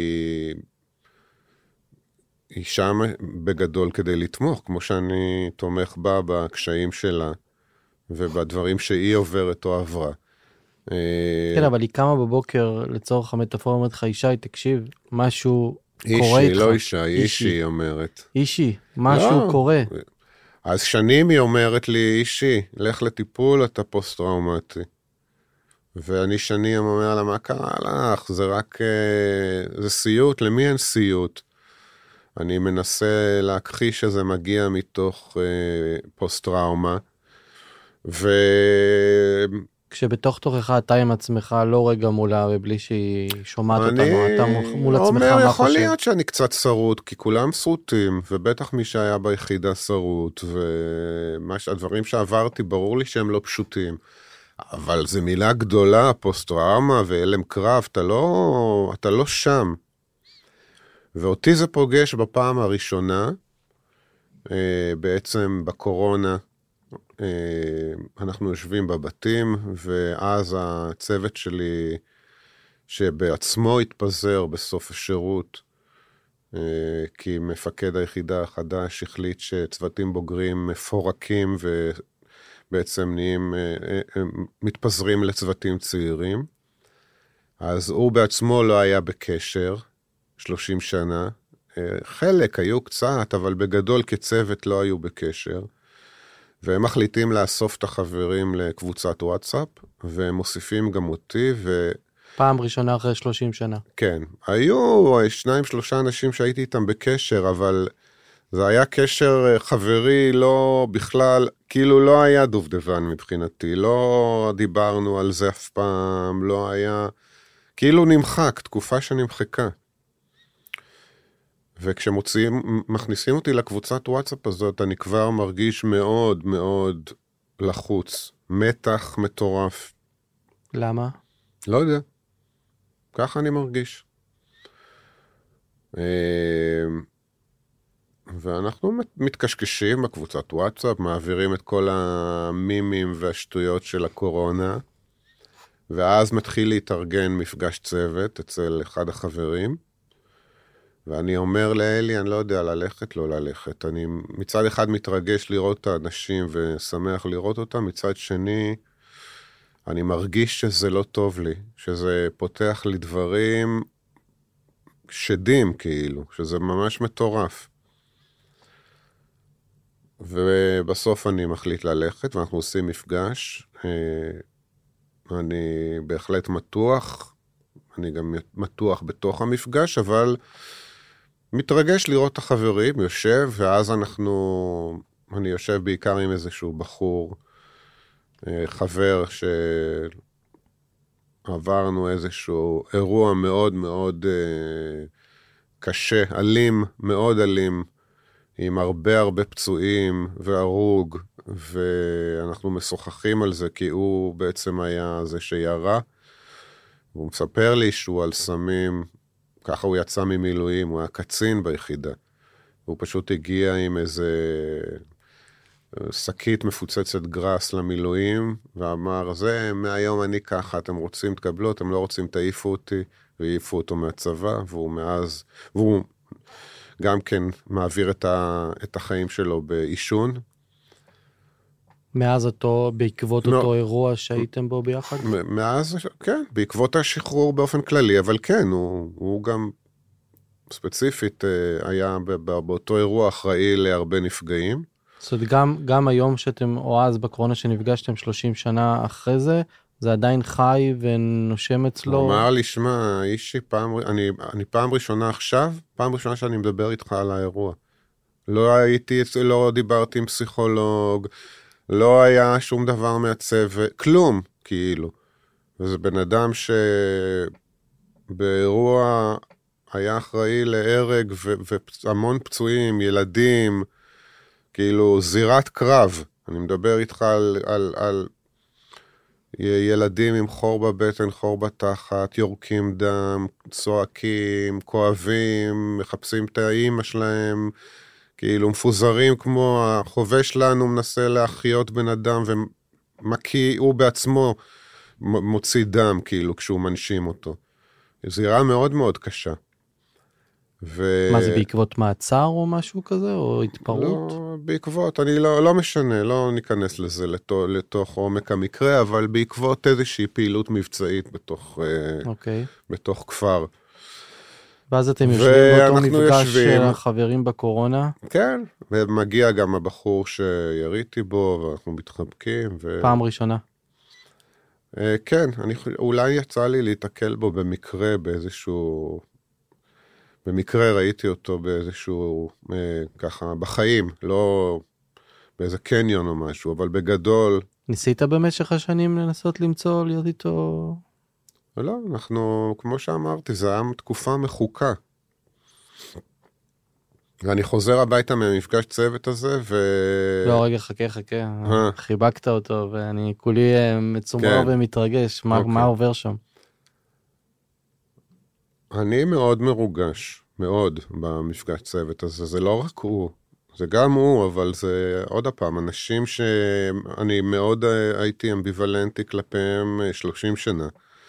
היא שם בגדול כדי לתמוך, כמו שאני תומך בה בקשיים שלה, ובדברים שהיא עוברת או עברה. כן, אבל היא קמה בבוקר, לצורך המטאפורה, אומרת לך, ישי, תקשיב, משהו קורה איתך. לא אישה, אישי, היא אומרת. אישי, משהו קורה. אז שנים היא אומרת לי, אישי, לך לטיפול, אתה פוסט-טראומטי. ואני שנים אומר לה, מה קרה לך? זה רק, זה סיוט, למי אין סיוט? אני מנסה להכחיש שזה מגיע מתוך פוסט-טראומה, כשבתוך תוכך אתה עם עצמך לא רגע מולה, ובלי שהיא שומעת אותנו, אתה מול עצמך מה חושב? יכול להיות שאני קצת שרוט, כי כולם שרוטים, ובטח מי שהיה ביחידה שרוט, והדברים שעברתי, ברור לי שהם לא פשוטים. אבל זו מילה גדולה, פוסט-טראומה ואלם קרב, אתה לא שם. ואותי זה פוגש בפעם הראשונה, בעצם בקורונה, אנחנו יושבים בבתים, ואז הצוות שלי, שבעצמו התפזר בסוף השירות, כי מפקד היחידה החדש החליט שצוותים בוגרים מפורקים, ובעצם מתפזרים לצוותים צעירים. אז הוא בעצמו לא היה בקשר, 30 שנה, חלק היו קצת, אבל בגדול כצוות לא היו בקשר, והם מחליטים לאסוף את החברים לקבוצת וואטסאפ, והם מוסיפים גם אותי, פעם ראשונה אחרי 30 שנה. כן, היו 2-3 אנשים שהייתי איתם בקשר, אבל זה היה קשר חברי, לא בכלל, כאילו לא היה דובדבן מבחינתי, לא דיברנו על זה אף פעם, לא היה, כאילו נמחק, תקופה שנמחקה. וכשמכניסים אותי לקבוצת וואטסאפ הזאת, אני כבר מרגיש מאוד מאוד לחוץ. מתח מטורף. למה? לא יודע. ככה אני מרגיש. ואנחנו מתקשקשים בקבוצת וואטסאפ, מעבירים את כל המימים והשטויות של הקורונה, ואז מתחיל להתארגן מפגש צוות אצל אחד החברים, ואני אומר לאלי, אני לא יודע ללכת, לא ללכת. אני מצד אחד מתרגש לראות את האנשים ושמח לראות אותם, מצד שני, אני מרגיש שזה לא טוב לי, שזה פותח לי דברים שדים כאילו, שזה ממש מטורף. ובסוף אני מחליט ללכת, ואנחנו עושים מפגש. אני בהחלט מתוח, אני גם מתוח בתוך המפגש, אבל מתרגש לראות את החברים, יושב, ואז אנחנו אני יושב בעיקר עם איזשהו בחור, חבר שעברנו איזשהו אירוע מאוד מאוד קשה, אלים, מאוד אלים, עם הרבה פצועים והרוג, ואנחנו משוחחים על זה, כי הוא בעצם היה זה שירה, והוא מספר לי שהוא על סמים, ככה הוא יצא ממילואים, הוא היה קצין ביחידה, הוא פשוט הגיע עם איזה שקית מפוצצת גרס למילואים, ואמר, זה מהיום אני ככה, אתם רוצים תקבלו, אתם לא רוצים תעיפו אותי, והעיפו אותו מהצבא, והוא גם כן מעביר את החיים שלו באישון. מאז בעקבות אותו אירוע שהייתם בו ביחד? מאז, כן, בעקבות השחרור באופן כללי, אבל כן, הוא גם ספציפית היה באותו אירוע אחראי להרבה נפגעים. זאת אומרת, גם היום שאתם, או אז בקורונה שנפגשתם 30 שנה אחרי זה, זה עדיין חי ונושם אצלו? הוא אמר לי, שמע, אישי, אני פעם ראשונה עכשיו, פעם ראשונה שאני מדבר איתך על האירוע. לא דיברתי עם פסיכולוג, לא היה שום דבר מהצוות, כלום, כאילו. וזה בן אדם שבאירוע היה אחראי להרג והמון פצועים, ילדים, כאילו זירת קרב. אני מדבר איתך על ילדים עם חור בבטן, חור בתחת, יורקים דם, צועקים, כואבים, מחפשים את האמא שלהם, כאילו מפוזרים כמו החובש שלנו מנסה להחיות בן אדם, ומקיא, הוא בעצמו מוציא דם, כאילו, כשהוא מנשים אותו. זירה מאוד מאוד קשה. מה זה, בעקבות מעצר או משהו כזה, או התפרעות? לא, בעקבות, אני לא משנה, לא ניכנס לזה לתוך עומק המקרה, אבל בעקבות איזושהי פעילות מבצעית בתוך כפר. ואז אתם יושבים באותו מפגש של החברים בקורונה? כן, ומגיע גם הבחור שיריתי בו, ואנחנו מתחבקים. פעם ראשונה? כן, אולי יצא לי להתקל בו במקרה במקרה ראיתי אותו באיזשהו, ככה, בחיים, לא באיזה קניון או משהו, אבל בגדול. ניסית במשך השנים לנסות למצוא, להיות איתו? לא, אנחנו, כמו שאמרתי, זה היה תקופה מחוקה. ואני חוזר הביתה מהמפגש צוות הזה, לא, רגע, חכה. חיבקת אותו, ואני כולי מצומר ומתרגש. מה עובר שם? אני מאוד מרוגש, מאוד, במפגש צוות הזה. זה לא רק הוא, זה גם הוא, אבל זה עוד הפעם, אנשים שאני מאוד הייתי אמביוולנטי כלפיהם 30 שנה.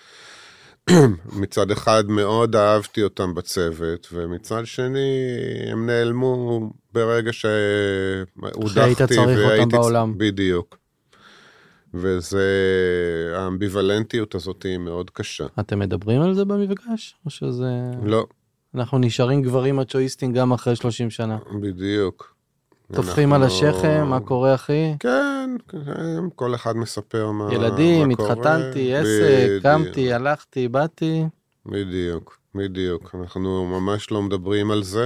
מצד אחד מאוד אהבתי אותם בצוות, ומצד שני הם נעלמו ברגע שהודחתי. היית צריך אותם בעולם. בדיוק. וזה, האמביוולנטיות הזאת היא מאוד קשה. אתם מדברים על זה במפגש? או שזה... לא. אנחנו נשארים גברים מצ'ואיסטים גם אחרי 30 שנה. בדיוק. תופחים על השכם, מה קורה אחי? כן, כל אחד מספר מה קורה. ילדים, התחתנתי, עסק, קמתי, הלכתי, באתי. בדיוק. אנחנו ממש לא מדברים על זה.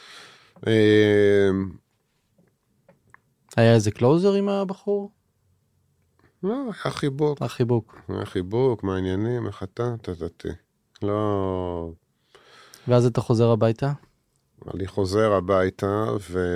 היה איזה קלוזר עם הבחור? לא, היה חיבוק. מה העניינים, איך אתה? לא... ואז אתה חוזר הביתה? אני חוזר הביתה,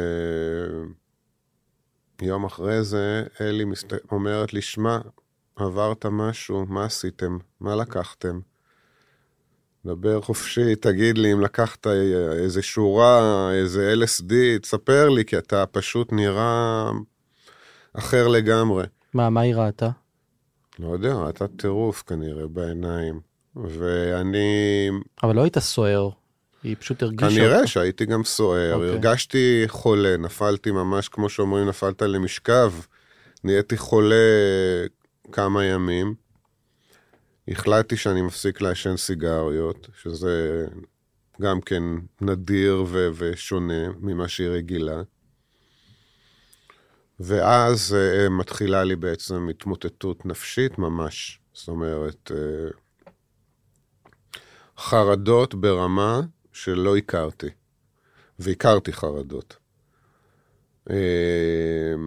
ויום אחרי זה, אלי אומרת לי, שמע, עברת משהו, מה עשיתם? מה לקחתם? דבר חופשי, תגיד לי אם לקחת איזה שורה, איזה LSD, תספר לי, כי אתה פשוט נראה אחר לגמרי. מה היא ראתה? לא יודע, ראתה טירוף כנראה בעיניים, ואני... אבל לא היית סוער. היא פשוט הרגישה... כנראה שהייתי גם סוער, הרגשתי חולה, נפלתי ממש, כמו שאומרים, נפלת למשכב, נהייתי חולה כמה ימים, החלטתי שאני מפסיק לעשן סיגריות, שזה גם כן נדיר ושונה ממה שהיא רגילה, ואז מתחילה לי בעצם התמוטטות נפשית ממש, זאת אומרת, חרדות ברמה שלא הכרתי, והכרתי חרדות.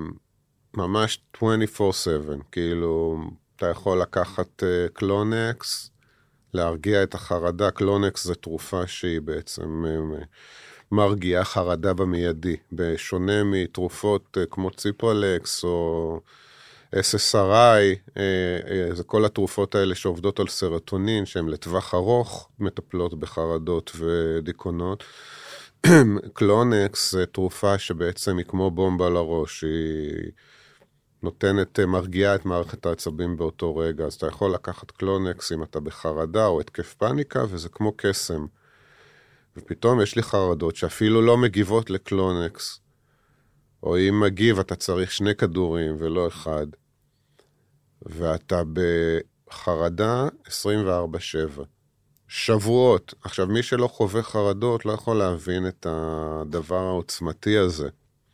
ממש 24/7, כאילו, אתה יכול לקחת קלונקס, להרגיע את החרדה. קלונקס זה תרופה שהיא בעצם מרגיעה חרדה במיידי, בשונה מתרופות כמו ציפרלקס או SSRI, זה כל התרופות האלה שעובדות על סרוטונין, שהן לטווח ארוך, מטפלות בחרדות ודיכאונות. קלונקס זה תרופה שבעצם היא כמו בומבה לראש, היא נותנת, מרגיעה את מערכת העצבים באותו רגע, אז אתה יכול לקחת קלונקס אם אתה בחרדה או התקף פאניקה, וזה כמו קסם. ופתאום יש לי חרדות שאפילו לא מגיבות לקלונקס, או אם מגיב אתה צריך 2 כדורים ולא 1, ואתה בחרדה 24/7. שבועות. עכשיו, מי שלא חווה חרדות לא יכול להבין את הדבר העוצמתי הזה.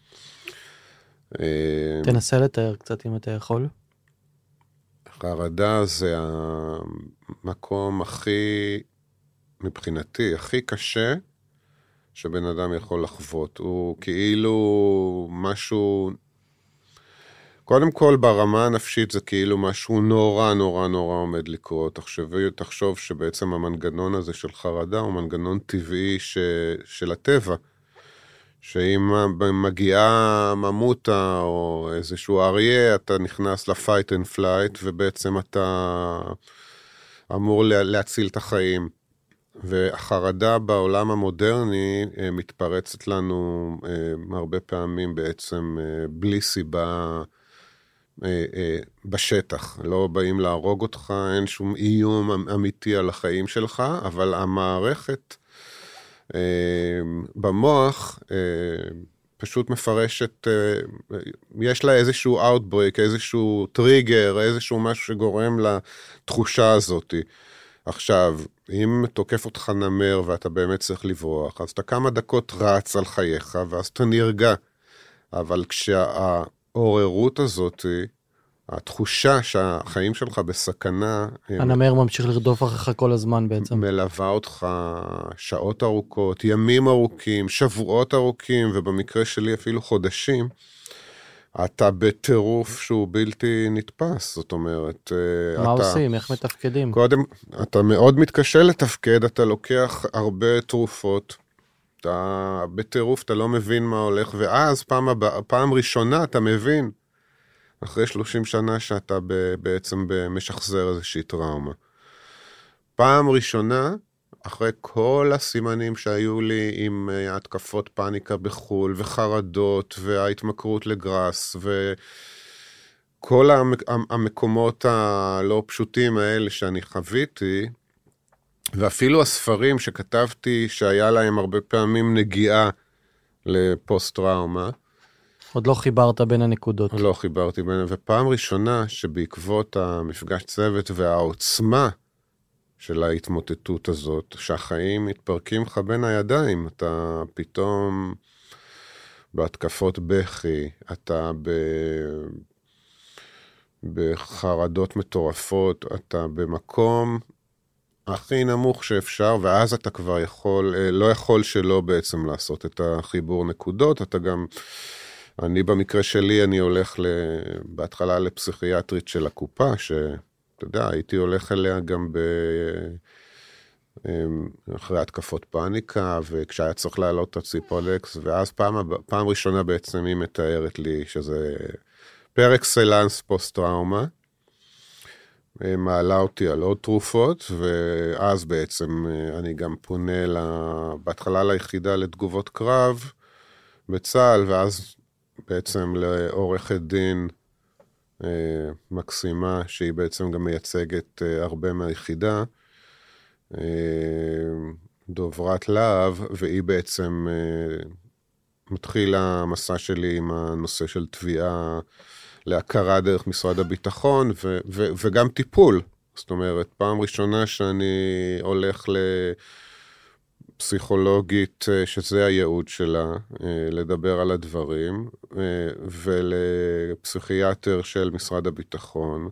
תנסה לתאר קצת אם אתה יכול. חרדה זה המקום הכי, מבחינתי, הכי קשה שבן אדם יכול לחוות. הוא כאילו משהו, קודם כל ברמה הנפשית זה כאילו משהו נורא נורא נורא עומד לקרות. תחשוב שבעצם המנגנון הזה של חרדה הוא מנגנון טבעי של הטבע. שאם מגיעה ממותה או איזשהו אריה, אתה נכנס ל-fight and flight, ובעצם אתה אמור להציל את החיים. והחרדה בעולם המודרני מתפרצת לנו הרבה פעמים בעצם בלי סיבה בשטח. לא באים להרוג אותך, אין שום איום אמיתי על החיים שלך, אבל המערכת במוח פשוט מפרשת, יש לה איזשהו outbreak, איזשהו טריגר, איזשהו משהו שגורם לתחושה הזאת. עכשיו, אם תוקף אותך נמר ואתה באמת צריך לברוח, אז אתה כמה דקות רץ על חייך, ואז אתה נרגע. אבל כשהעוררות הזאת, התחושה שהחיים שלך בסכנה, הנמר ממשיך לרדוף אחריך כל הזמן בעצם. מלווה אותך שעות ארוכות, ימים ארוכים, שבועות ארוכים, ובמקרה שלי אפילו חודשים, אתה בטירוף שהוא בלתי נתפס, זאת אומרת, מה עושים? איך מתפקדים? קודם, אתה מאוד מתקשה לתפקד, אתה לוקח הרבה תרופות, אתה בטירוף, אתה לא מבין מה הולך, ואז פעם ראשונה אתה מבין, אחרי 30 שנה שאתה בעצם משחזר איזושהי טראומה. פעם ראשונה, אחרי כל הסימנים שהיו לי עם התקפות פאניקה בחול, וחרדות, וההתמכרות לגרס, וכל המקומות הלא פשוטים האלה שאני חוויתי, ואפילו הספרים שכתבתי שהיה להם הרבה פעמים נגיעה לפוסט-טראומה, עוד לא חיברת בין הנקודות. לא חיברתי בין, ופעם ראשונה שבעקבות המפגש צוות והעוצמה של ההתמוטטות הזאת, שהחיים מתפרקים לך בין הידיים, אתה פתאום בהתקפות בכי, אתה בחרדות מטורפות, אתה במקום הכי נמוך שאפשר, ואז אתה כבר לא יכול שלא בעצם לעשות את החיבור נקודות, אתה גם, אני במקרה שלי, אני הולך בהתחלה לפסיכיאטרית של הקופה, אתה יודע, הייתי הולך אליה גם אחרי התקפות פאניקה, וכשהיה צריך להעלות את הציפרלקס, ואז פעם ראשונה בעצם היא מתארת לי שזה פר אקסלנס פוסט-טראומה, מעלה אותי על עוד תרופות, ואז בעצם אני גם פונה בהתחלה ליחידה לתגובות קרב בצה"ל, ואז בעצם לעורכת דין מקסימה, שהיא בעצם גם מייצגת הרבה מהיחידה, דוברת להב, והיא בעצם מתחילה המסע שלי עם הנושא של תביעה להכרה דרך משרד הביטחון, וגם טיפול. זאת אומרת, פעם ראשונה שאני הולך לפסיכולוגית, שזה הייעוד שלה, לדבר על הדברים, ולפסיכיאטר של משרד הביטחון,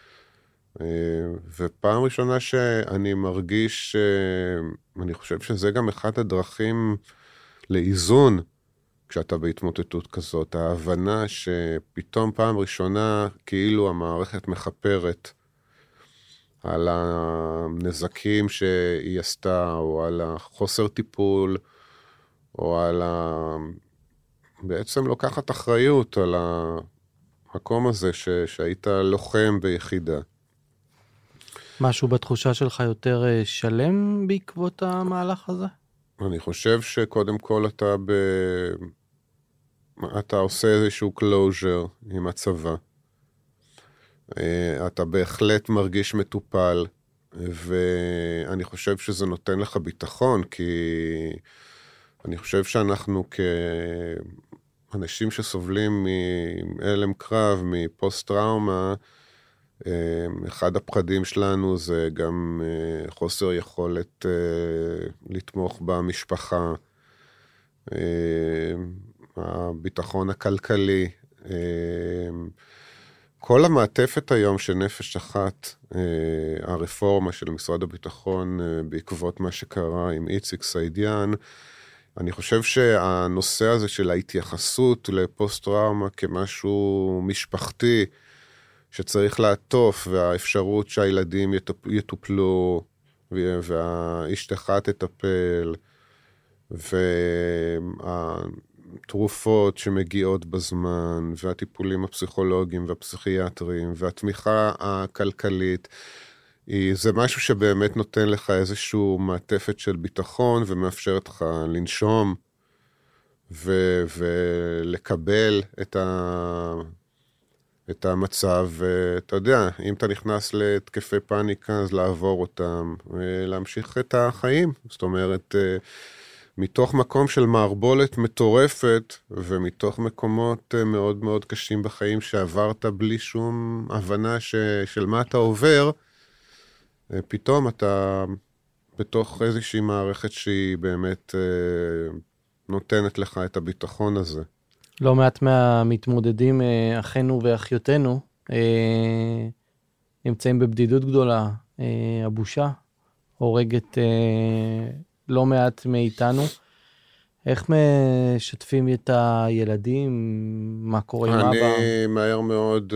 ופעם ראשונה שאני מרגיש, אני חושב שזה גם אחד הדרכים לאיזון, כשאתה בהתמוטטות כזאת, ההבנה שפתאום פעם ראשונה כאילו המערכת מחפרת על הנזקים שהיא עשתה, או על החוסר טיפול, או על בעצם לוקחת אחריות על המקום הזה שהיית לוחם ביחידה. משהו בתחושה שלך יותר שלם בעקבות המהלך הזה? אני חושב שקודם כל אתה עושה איזשהו closure עם הצבא. אתה בהחלט מרגיש מטופל, ואני חושב שזה נותן לך ביטחון, כי אני חושב שאנחנו כאנשים שסובלים מאלם קרב, מפוסט-טראומה, אחד הפחדים שלנו זה גם חוסר יכולת לתמוך במשפחה, הביטחון הכלכלי, כל המעטפת היום של נפש אחת, הרפורמה של משרד הביטחון בעקבות מה שקרה עם איציק סעידיאן, אני חושב שהנושא הזה של ההתייחסות לפוסט-טראומה כמשהו משפחתי, שצריך לעטוף, והאפשרות שהילדים יטופלו, והאשתך תטפל, והתרופות שמגיעות בזמן, והטיפולים הפסיכולוגיים והפסיכיאטריים, והתמיכה הכלכלית, זה משהו שבאמת נותן לך איזשהו מעטפת של ביטחון, ומאפשרת לך לנשום, ולקבל את המצב, ואתה יודע, אם אתה נכנס לתקפי פאניקה, אז לעבור אותם, ולהמשיך את החיים. זאת אומרת, מתוך מקום של מערבולת מטורפת, ומתוך מקומות מאוד מאוד קשים בחיים, שעברת בלי שום הבנה של מה אתה עובר, פתאום אתה בתוך איזושהי מערכת שהיא באמת נותנת לך את הביטחון הזה. לא מעט מהמתמודדים, אחינו ואחיותינו, נמצאים בבדידות גדולה. הבושה הורגת לא מעט מאיתנו. איך משתפים את הילדים? מה קורה עם אבא? אני מהר מאוד,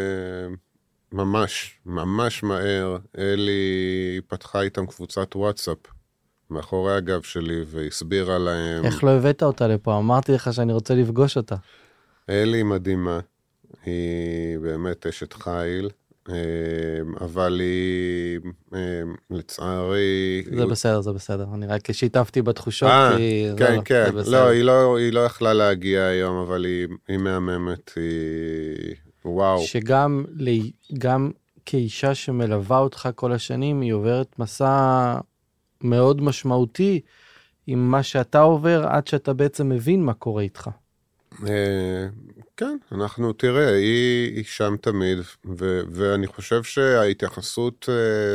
ממש מהר, אלי פתחה איתם קבוצת וואטסאפ. מאחורי הגב שלי, והסבירה להם... איך לא הבאת אותה לפה? אמרתי לך שאני רוצה לפגוש אותה. אלי מדהימה, היא באמת אשת חיל, אבל היא, לצערי... זה בסדר, אני רק שיתפתי בתחושות, כי... כן, לא, היא לא יכלה להגיע היום, אבל היא מהממת, היא... וואו. שגם כאישה שמלווה אותך כל השנים, היא עוברת מסע... מאוד משמעותי עם מה שאתה עובר, עד שאתה בעצם מבין מה קורה איתך. כן, תראה, היא שם תמיד, ואני חושב שההתייחסות,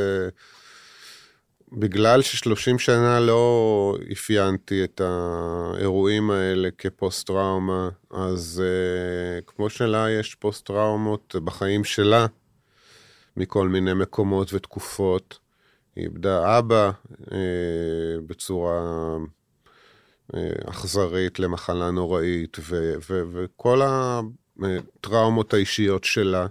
בגלל ש30 שנה לא אפיינתי את האירועים האלה כפוסט-טראומה, אז כמו שלה יש פוסט-טראומות בחיים שלה, מכל מיני מקומות ותקופות, היא איבדה אבא בצורה אכזרית למחלה נוראית, וכל הטראומות האישיות שלה,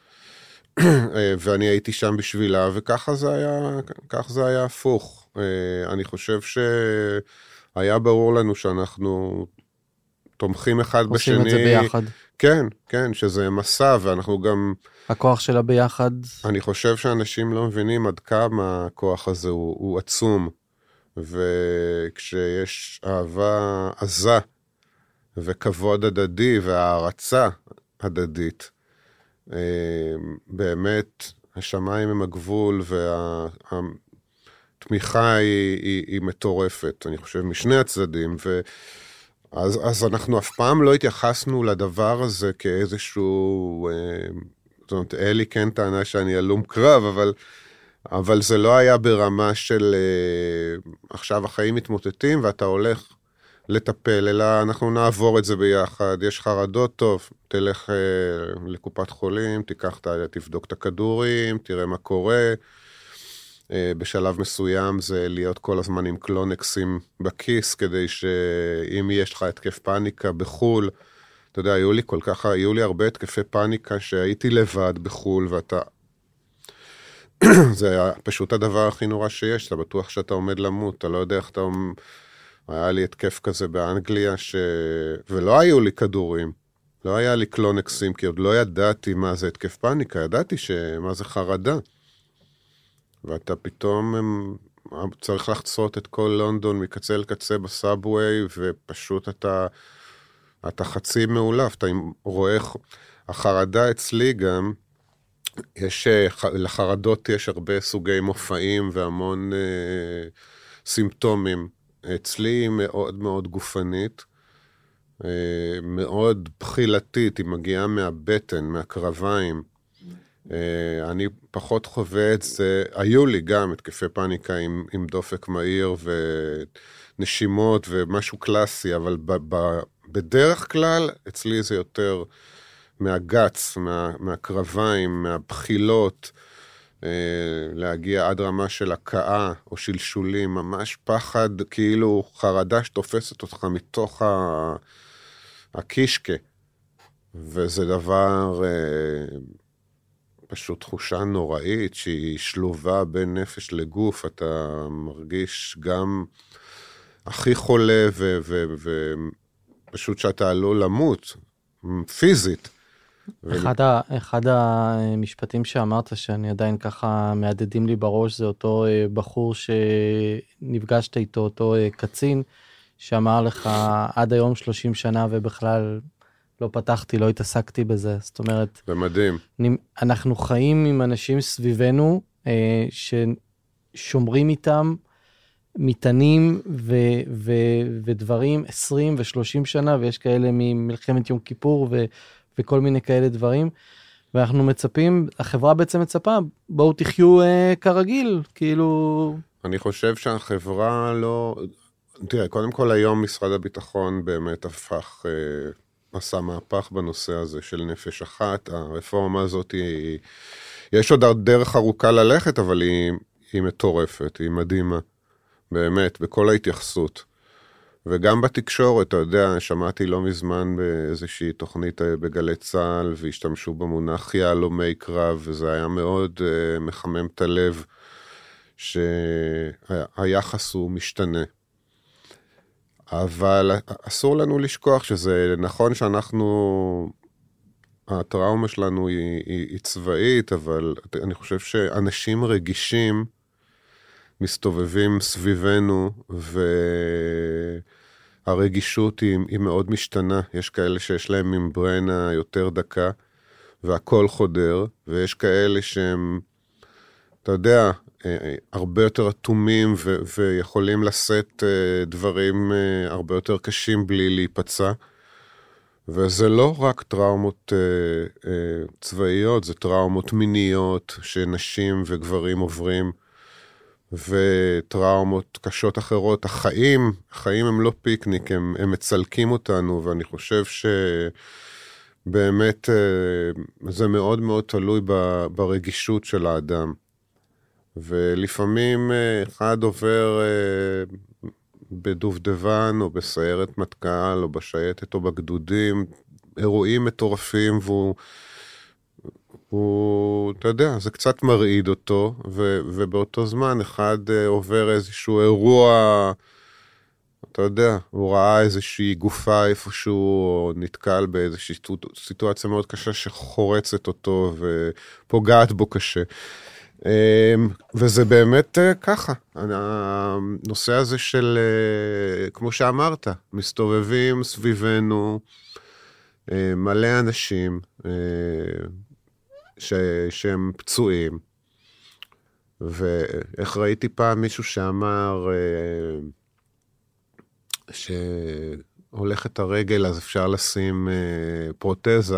ואני הייתי שם בשבילה, וככה זה היה הפוך. אני חושב שהיה ברור לנו שאנחנו תומכים אחד בשני. עושים את זה ביחד. כן, שזה מסע, ואנחנו גם... הכוח שלה ביחד. אני חושב שאנשים לא מבינים עד כמה הכוח הזה הוא עצום, וכשיש אהבה עזה, וכבוד הדדי, והערצה הדדית, באמת השמיים הם הגבול, והתמיכה היא מטורפת, אני חושב, משני הצדדים, אז אנחנו אף פעם לא התייחסנו לדבר הזה כאיזשהו... זאת אומרת, אלי כן טענה שאני הלום קרב, אבל זה לא היה ברמה של עכשיו החיים מתמוטטים ואתה הולך לטפל, אלא אנחנו נעבור את זה ביחד, יש חרדות טוב, תלך לקופת חולים, תבדוק את הכדורים, תראה מה קורה, בשלב מסוים זה להיות כל הזמן עם קלונקסים בכיס, כדי שאם יש לך התקף פאניקה בחול, אתה יודע, היו לי הרבה התקפי פאניקה שהייתי לבד בחול, ואתה... זה היה פשוט הדבר הכי נורא שיש, אתה בטוח שאתה עומד למות, אתה לא יודע איך אתה... היה לי התקף כזה באנגליה, ולא היו לי כדורים, לא היה לי קלונקסים, כי עוד לא ידעתי מה זה התקף פאניקה, ידעתי מה זה חרדה. ואתה פתאום צריך לחצות את כל לונדון מקצה לקצה בסאבווי, ופשוט אתה חצי מעולף, אתה רואה... החרדה אצלי גם, לחרדות יש הרבה סוגי מופעים והמון סימפטומים. אצלי היא מאוד מאוד גופנית, מאוד בחילתית, היא מגיעה מהבטן, מהקרביים. אני פחות חווה את זה, היו לי גם התקפי פאניקה עם דופק מהיר ונשימות ומשהו קלאסי, אבל בדרך כלל אצלי זה יותר מהגץ, מהקרביים, מהבחילות, להגיע עד רמה של הקאה או שלשולים, ממש פחד, כאילו חרדה שתופסת אותך מתוך הקישקה, וזה דבר... פשוט תחושה נוראית שהיא שלובה בין נפש לגוף, אתה מרגיש גם הכי חולה ופשוט שאתה עלול למות, פיזית. אחד המשפטים שאמרת שאני עדיין ככה מהדהדים לי בראש, זה אותו בחור שנפגשת איתו, אותו קצין, שאמר לך עד היום 30 שנה ובכלל... לא פתחתי, לא התעסקתי בזה, זאת אומרת... זה מדהים. אנחנו חיים עם אנשים סביבנו, ששומרים איתם, מטענים ודברים 20 ו-30 שנה, ויש כאלה ממלחמת יום כיפור וכל מיני כאלה דברים, ואנחנו מצפים, החברה בעצם מצפה, בואו תחיו כרגיל, כאילו... אני חושב שהחברה לא... תראה, קודם כל היום משרד הביטחון באמת הפך... עשה מהפך בנושא הזה של נפש אחת. הרפורמה הזאת היא... יש עוד דרך ארוכה ללכת, אבל היא מטורפת, היא מדהימה. באמת, בכל ההתייחסות. וגם בתקשורת, אתה יודע, שמעתי לא מזמן באיזושהי תוכנית בגלי צהל, והשתמשו במונח יהלומי קרב, וזה היה מאוד מחמם את הלב, שהיחס הוא משתנה. אבל אסור לנו לשכוח שזה נכון שאנחנו, הטראומה שלנו היא צבאית, אבל אני חושב שאנשים רגישים מסתובבים סביבנו, והרגישות היא מאוד משתנה. יש כאלה שיש להם ממברנה יותר דקה, והכל חודר, ויש כאלה שהם, אתה יודע, הרבה יותר אטומים ויכולים לשאת דברים הרבה יותר קשים בלי להיפצע. וזה לא רק טראומות צבאיות, זה טראומות מיניות שנשים וגברים עוברים, וטראומות קשות אחרות. החיים הם לא פיקניק, הם מצלקים אותנו, ואני חושב שבאמת זה מאוד מאוד תלוי ברגישות של האדם. ולפעמים אחד עובר בדובדבן או בסיירת מטכ"ל או בשייטת או בגדודים, אירועים מטורפים, והוא, אתה יודע, זה קצת מרעיד אותו, ובאותו זמן אחד עובר איזשהו אירוע, אתה יודע, הוא ראה איזושהי גופה איפשהו, או נתקל באיזושהי סיטואציה מאוד קשה שחורצת אותו ופוגעת בו קשה. וזה באמת ככה, הנושא הזה של, כמו שאמרת, מסתובבים סביבנו מלא אנשים שהם פצועים, ואיך ראיתי פעם מישהו שאמר שהולכת הרגל אז אפשר לשים פרוטזה,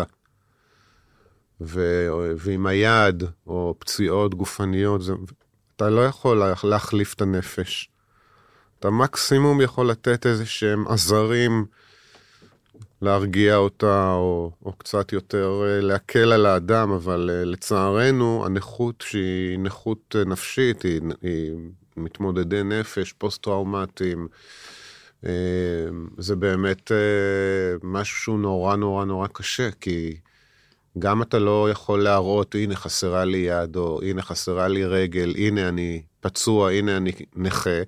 ועם היד, או פציעות גופניות, אתה לא יכול להחליף את הנפש. אתה מקסימום יכול לתת איזה שהם עזרים להרגיע אותה, או קצת יותר להקל על האדם, אבל לצערנו, הנכות שהיא נכות נפשית, היא מתמודדי נפש, פוסט-טראומטיים, זה באמת משהו שהוא נורא נורא נורא קשה, כי גם אתה לא יכול להראות, הנה חסרה לי יד, או הנה חסרה לי רגל, הנה אני פצוע, הנה אני נכה,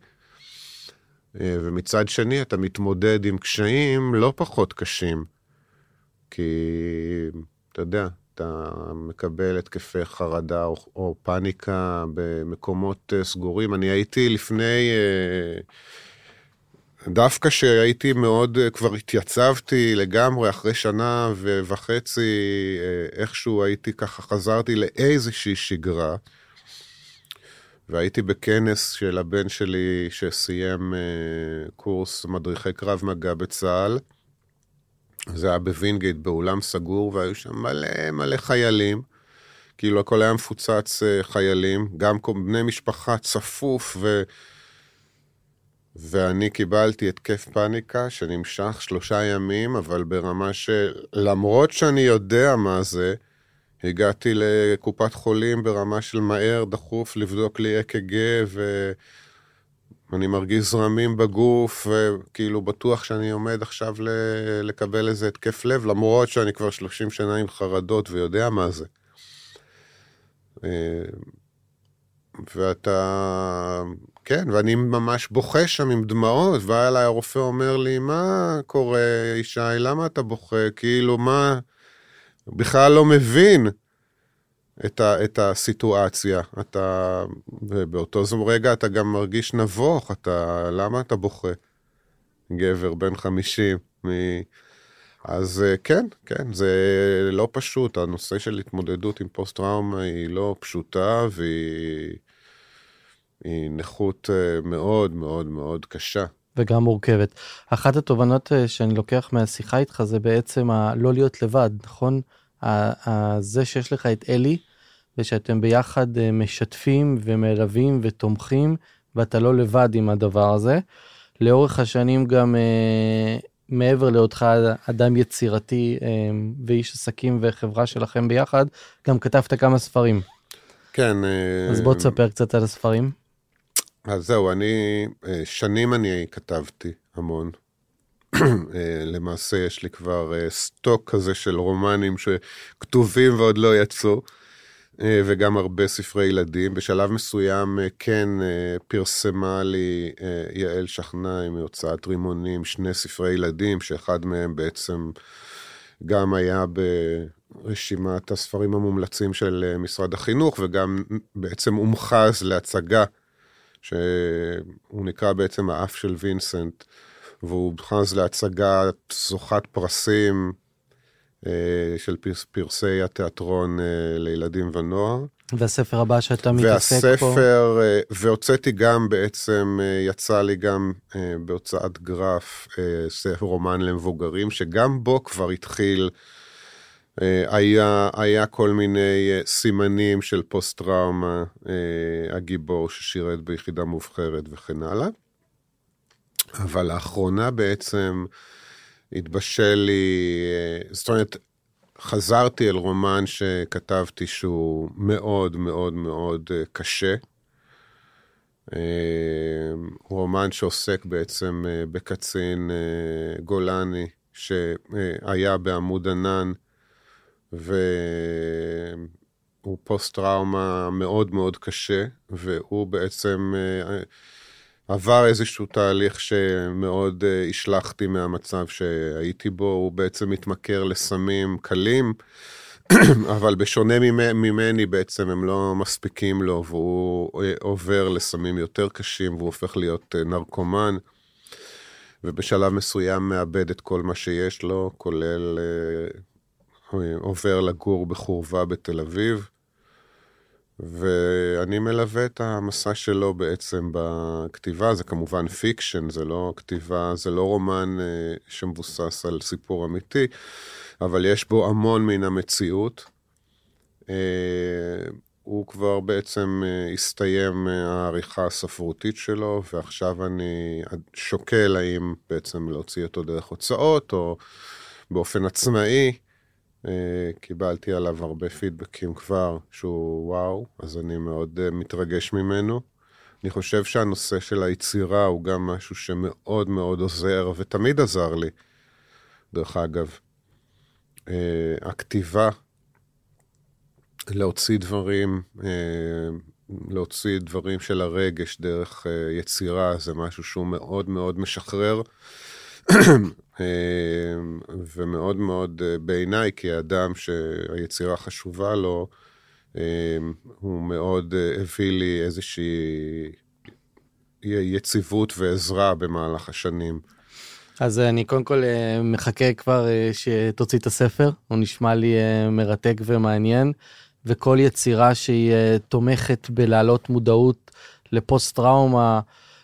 ומצד שני אתה מתמודד עם קשיים לא פחות קשים, כי אתה יודע, אתה מקבל התקפי חרדה או פאניקה במקומות סגורים. אני הייתי לפני, דווקא שהייתי מאוד, כבר התייצבתי לגמרי אחרי שנה וחצי, איכשהו הייתי ככה, חזרתי לאיזושהי שגרה, והייתי בכנס של הבן שלי שסיים קורס מדריכי קרב מגע בצה"ל. זה היה בווינגייט, באולם סגור, והיו שם מלא מלא חיילים. כאילו הכל היה מפוצץ חיילים, גם בני משפחה צפוף, ואני קיבלתי התקף פאניקה שנמשך 3 ימים, אבל ברמה שלמרות שאני יודע מה זה, הגעתי לקופת חולים ברמה של מהר, דחוף, לבדוק לי אק"ג, ואני מרגיש זרמים בגוף, וכאילו בטוח שאני עומד עכשיו לקבל איזה התקף לב, למרות שאני כבר 30 שנה עם חרדות ויודע מה זה. ואתה, כן, ואני ממש בוכה שם עם דמעות, והיה אליי הרופא אומר לי, מה קורה, ישי, למה אתה בוכה? כאילו, מה? בכלל לא מבין את הסיטואציה. אתה, ובאותו רגע אתה גם מרגיש נבוך, למה אתה בוכה? גבר בן 50. אז כן, זה לא פשוט. הנושא של התמודדות עם פוסט-טראומה היא לא פשוטה, והיא נכות מאוד מאוד מאוד קשה. וגם מורכבת. אחת התובנות שאני לוקח מהשיחה איתך זה בעצם לא להיות לבד, נכון? זה שיש לך את אלי, ושאתם ביחד משתפים ומלווים ותומכים, ואתה לא לבד עם הדבר הזה. לאורך השנים גם מעבר להיותך אדם יצירתי ואיש עסקים וחברה שלכם ביחד, גם כתבת כמה ספרים. כן. אז בוא תספר קצת על הספרים. אז זהו, שנים אני כתבתי המון. למעשה יש לי כבר סטוק כזה של רומנים שכתובים ועוד לא יצאו, וגם הרבה ספרי ילדים. בשלב מסוים כן פרסמה לי יעל שכנאי מהוצאת רימונים 2 ספרי ילדים, שאחד מהם בעצם גם היה ברשימת הספרים המומלצים של משרד החינוך, וגם בעצם הומחז להצגה, שהוא נקרא בעצם האף של וינסנט, והוא הומחז להצגה זוכת פרסים של פרסי התיאטרון לילדים ונוער. והספר הבא שאתה מתעסק פה? והוצאתי גם בעצם, יצא לי גם בהוצאת גרף, ספר רומן למבוגרים, שגם בו כבר התחיל, היה כל מיני סימנים של פוסט-טראומה, הגיבור ששירת ביחידה מובחרת וכן הלאה. אבל לאחרונה בעצם התבשל לי, זאת אומרת, חזרתי אל רומן שכתבתי שהוא מאוד מאוד מאוד קשה. רומן שעוסק בעצם בקצין גולני שהיה בעמוד ענן, והוא פוסט-טראומה מאוד מאוד קשה, והוא בעצם עבר איזשהו תהליך שמאוד השלחתי מהמצב שהייתי בו. הוא בעצם מתמכר לסמים קלים, אבל בשונה ממני בעצם הם לא מספיקים לו, והוא עובר לסמים יותר קשים, והוא הופך להיות נרקומן, ובשלב מסוים מאבד את כל מה שיש לו, כולל עובר לגור בחורבה בתל אביב, ואני מלווה את המסע שלו בעצם בכתיבה. זה כמובן פיקשן, זה לא כתיבה, זה לא רומן שמבוסס על סיפור אמיתי, אבל יש בו המון מן המציאות. הוא כבר בעצם הסתיים העריכה הספרותית שלו, ועכשיו אני שוקל האם בעצם להוציא אותו דרך הוצאות, או באופן עצמאי, קיבלתי עליו הרבה פידבקים כבר, שהוא וואו, אז אני מאוד מתרגש ממנו. אני חושב שהנושא של היצירה הוא גם משהו שמאוד מאוד עוזר, ותמיד עזר לי. דרך אגב, הכתיבה, להוציא דברים של הרגש דרך יצירה, זה משהו שהוא מאוד מאוד משחרר, ומאוד מאוד בעיניי, כי האדם שהיצירה חשובה לו, הוא מאוד הביא לי איזושהי יציבות ועזרה במהלך השנים. אז אני קודם כל מחכה כבר שתוציא את הספר, הוא נשמע לי מרתק ומעניין, וכל יצירה שהיא תומכת בלהעלות מודעות לפוסט-טראומה,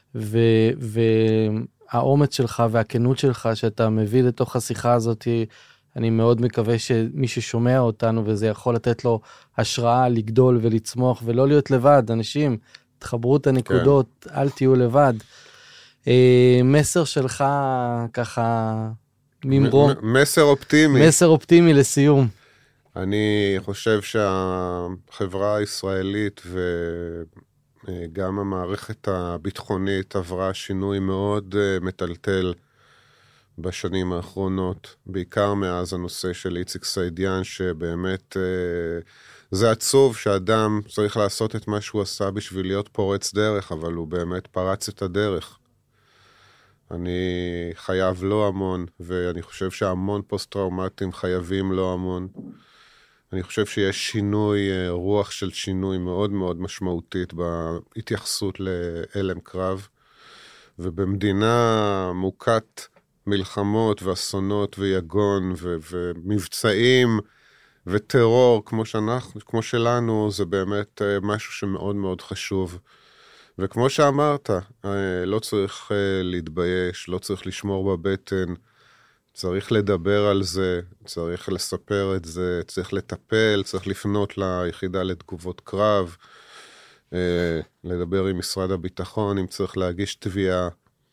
והאומץ שלך והכנות שלך שאתה מביא לתוך השיחה הזאת, אני מאוד מקווה שמי ששומע אותנו, וזה יכול לתת לו השראה לגדול ולצמוח, ולא להיות לבד. אנשים, תחברו את הנקודות, כן. אל תהיו לבד. מסר שלך ככה ממרום. מסר אופטימי. מסר אופטימי לסיום. אני חושב שהחברה הישראלית וגם המערכת הביטחונית עברה שינוי מאוד מטלטל בשנים האחרונות, בעיקר מאז הנושא של איציק סעידיאן, שבאמת זה עצוב שאדם צריך לעשות את מה שהוא עשה בשביל להיות פורץ דרך, אבל הוא באמת פרץ את הדרך. אני חייב לו המון, ואני חושב שהמון פוסט-טראומטיים חייבים לו המון. אני חושב שיש שינוי, רוח של שינוי מאוד מאוד משמעותית בהתייחסות לאלם קרב, ובמדינה מוכת מלחמות ואסונות ויגון ומבצעים וטרור כמו שלנו, זה באמת משהו שמאוד מאוד חשוב. וכמו שאמרת, לא צריך להתבייש, לא צריך לשמור בבטן, צריך לדבר על זה, צריך לספר את זה, צריך לטפל, צריך לפנות ליחידה לתגובות קרב, לדבר עם משרד הביטחון, אם צריך להגיש תביעה,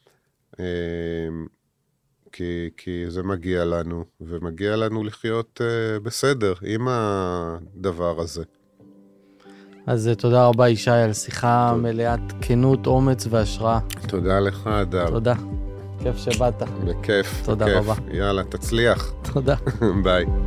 כי זה מגיע לנו, ומגיע לנו לחיות בסדר עם הדבר הזה. אז תודה רבה ישי על שיחה מלאת כנות, אומץ והשראה. תודה לך, אדר. תודה. כיף שבאת. בכיף. תודה רבה. יאללה, תצליח. תודה. ביי.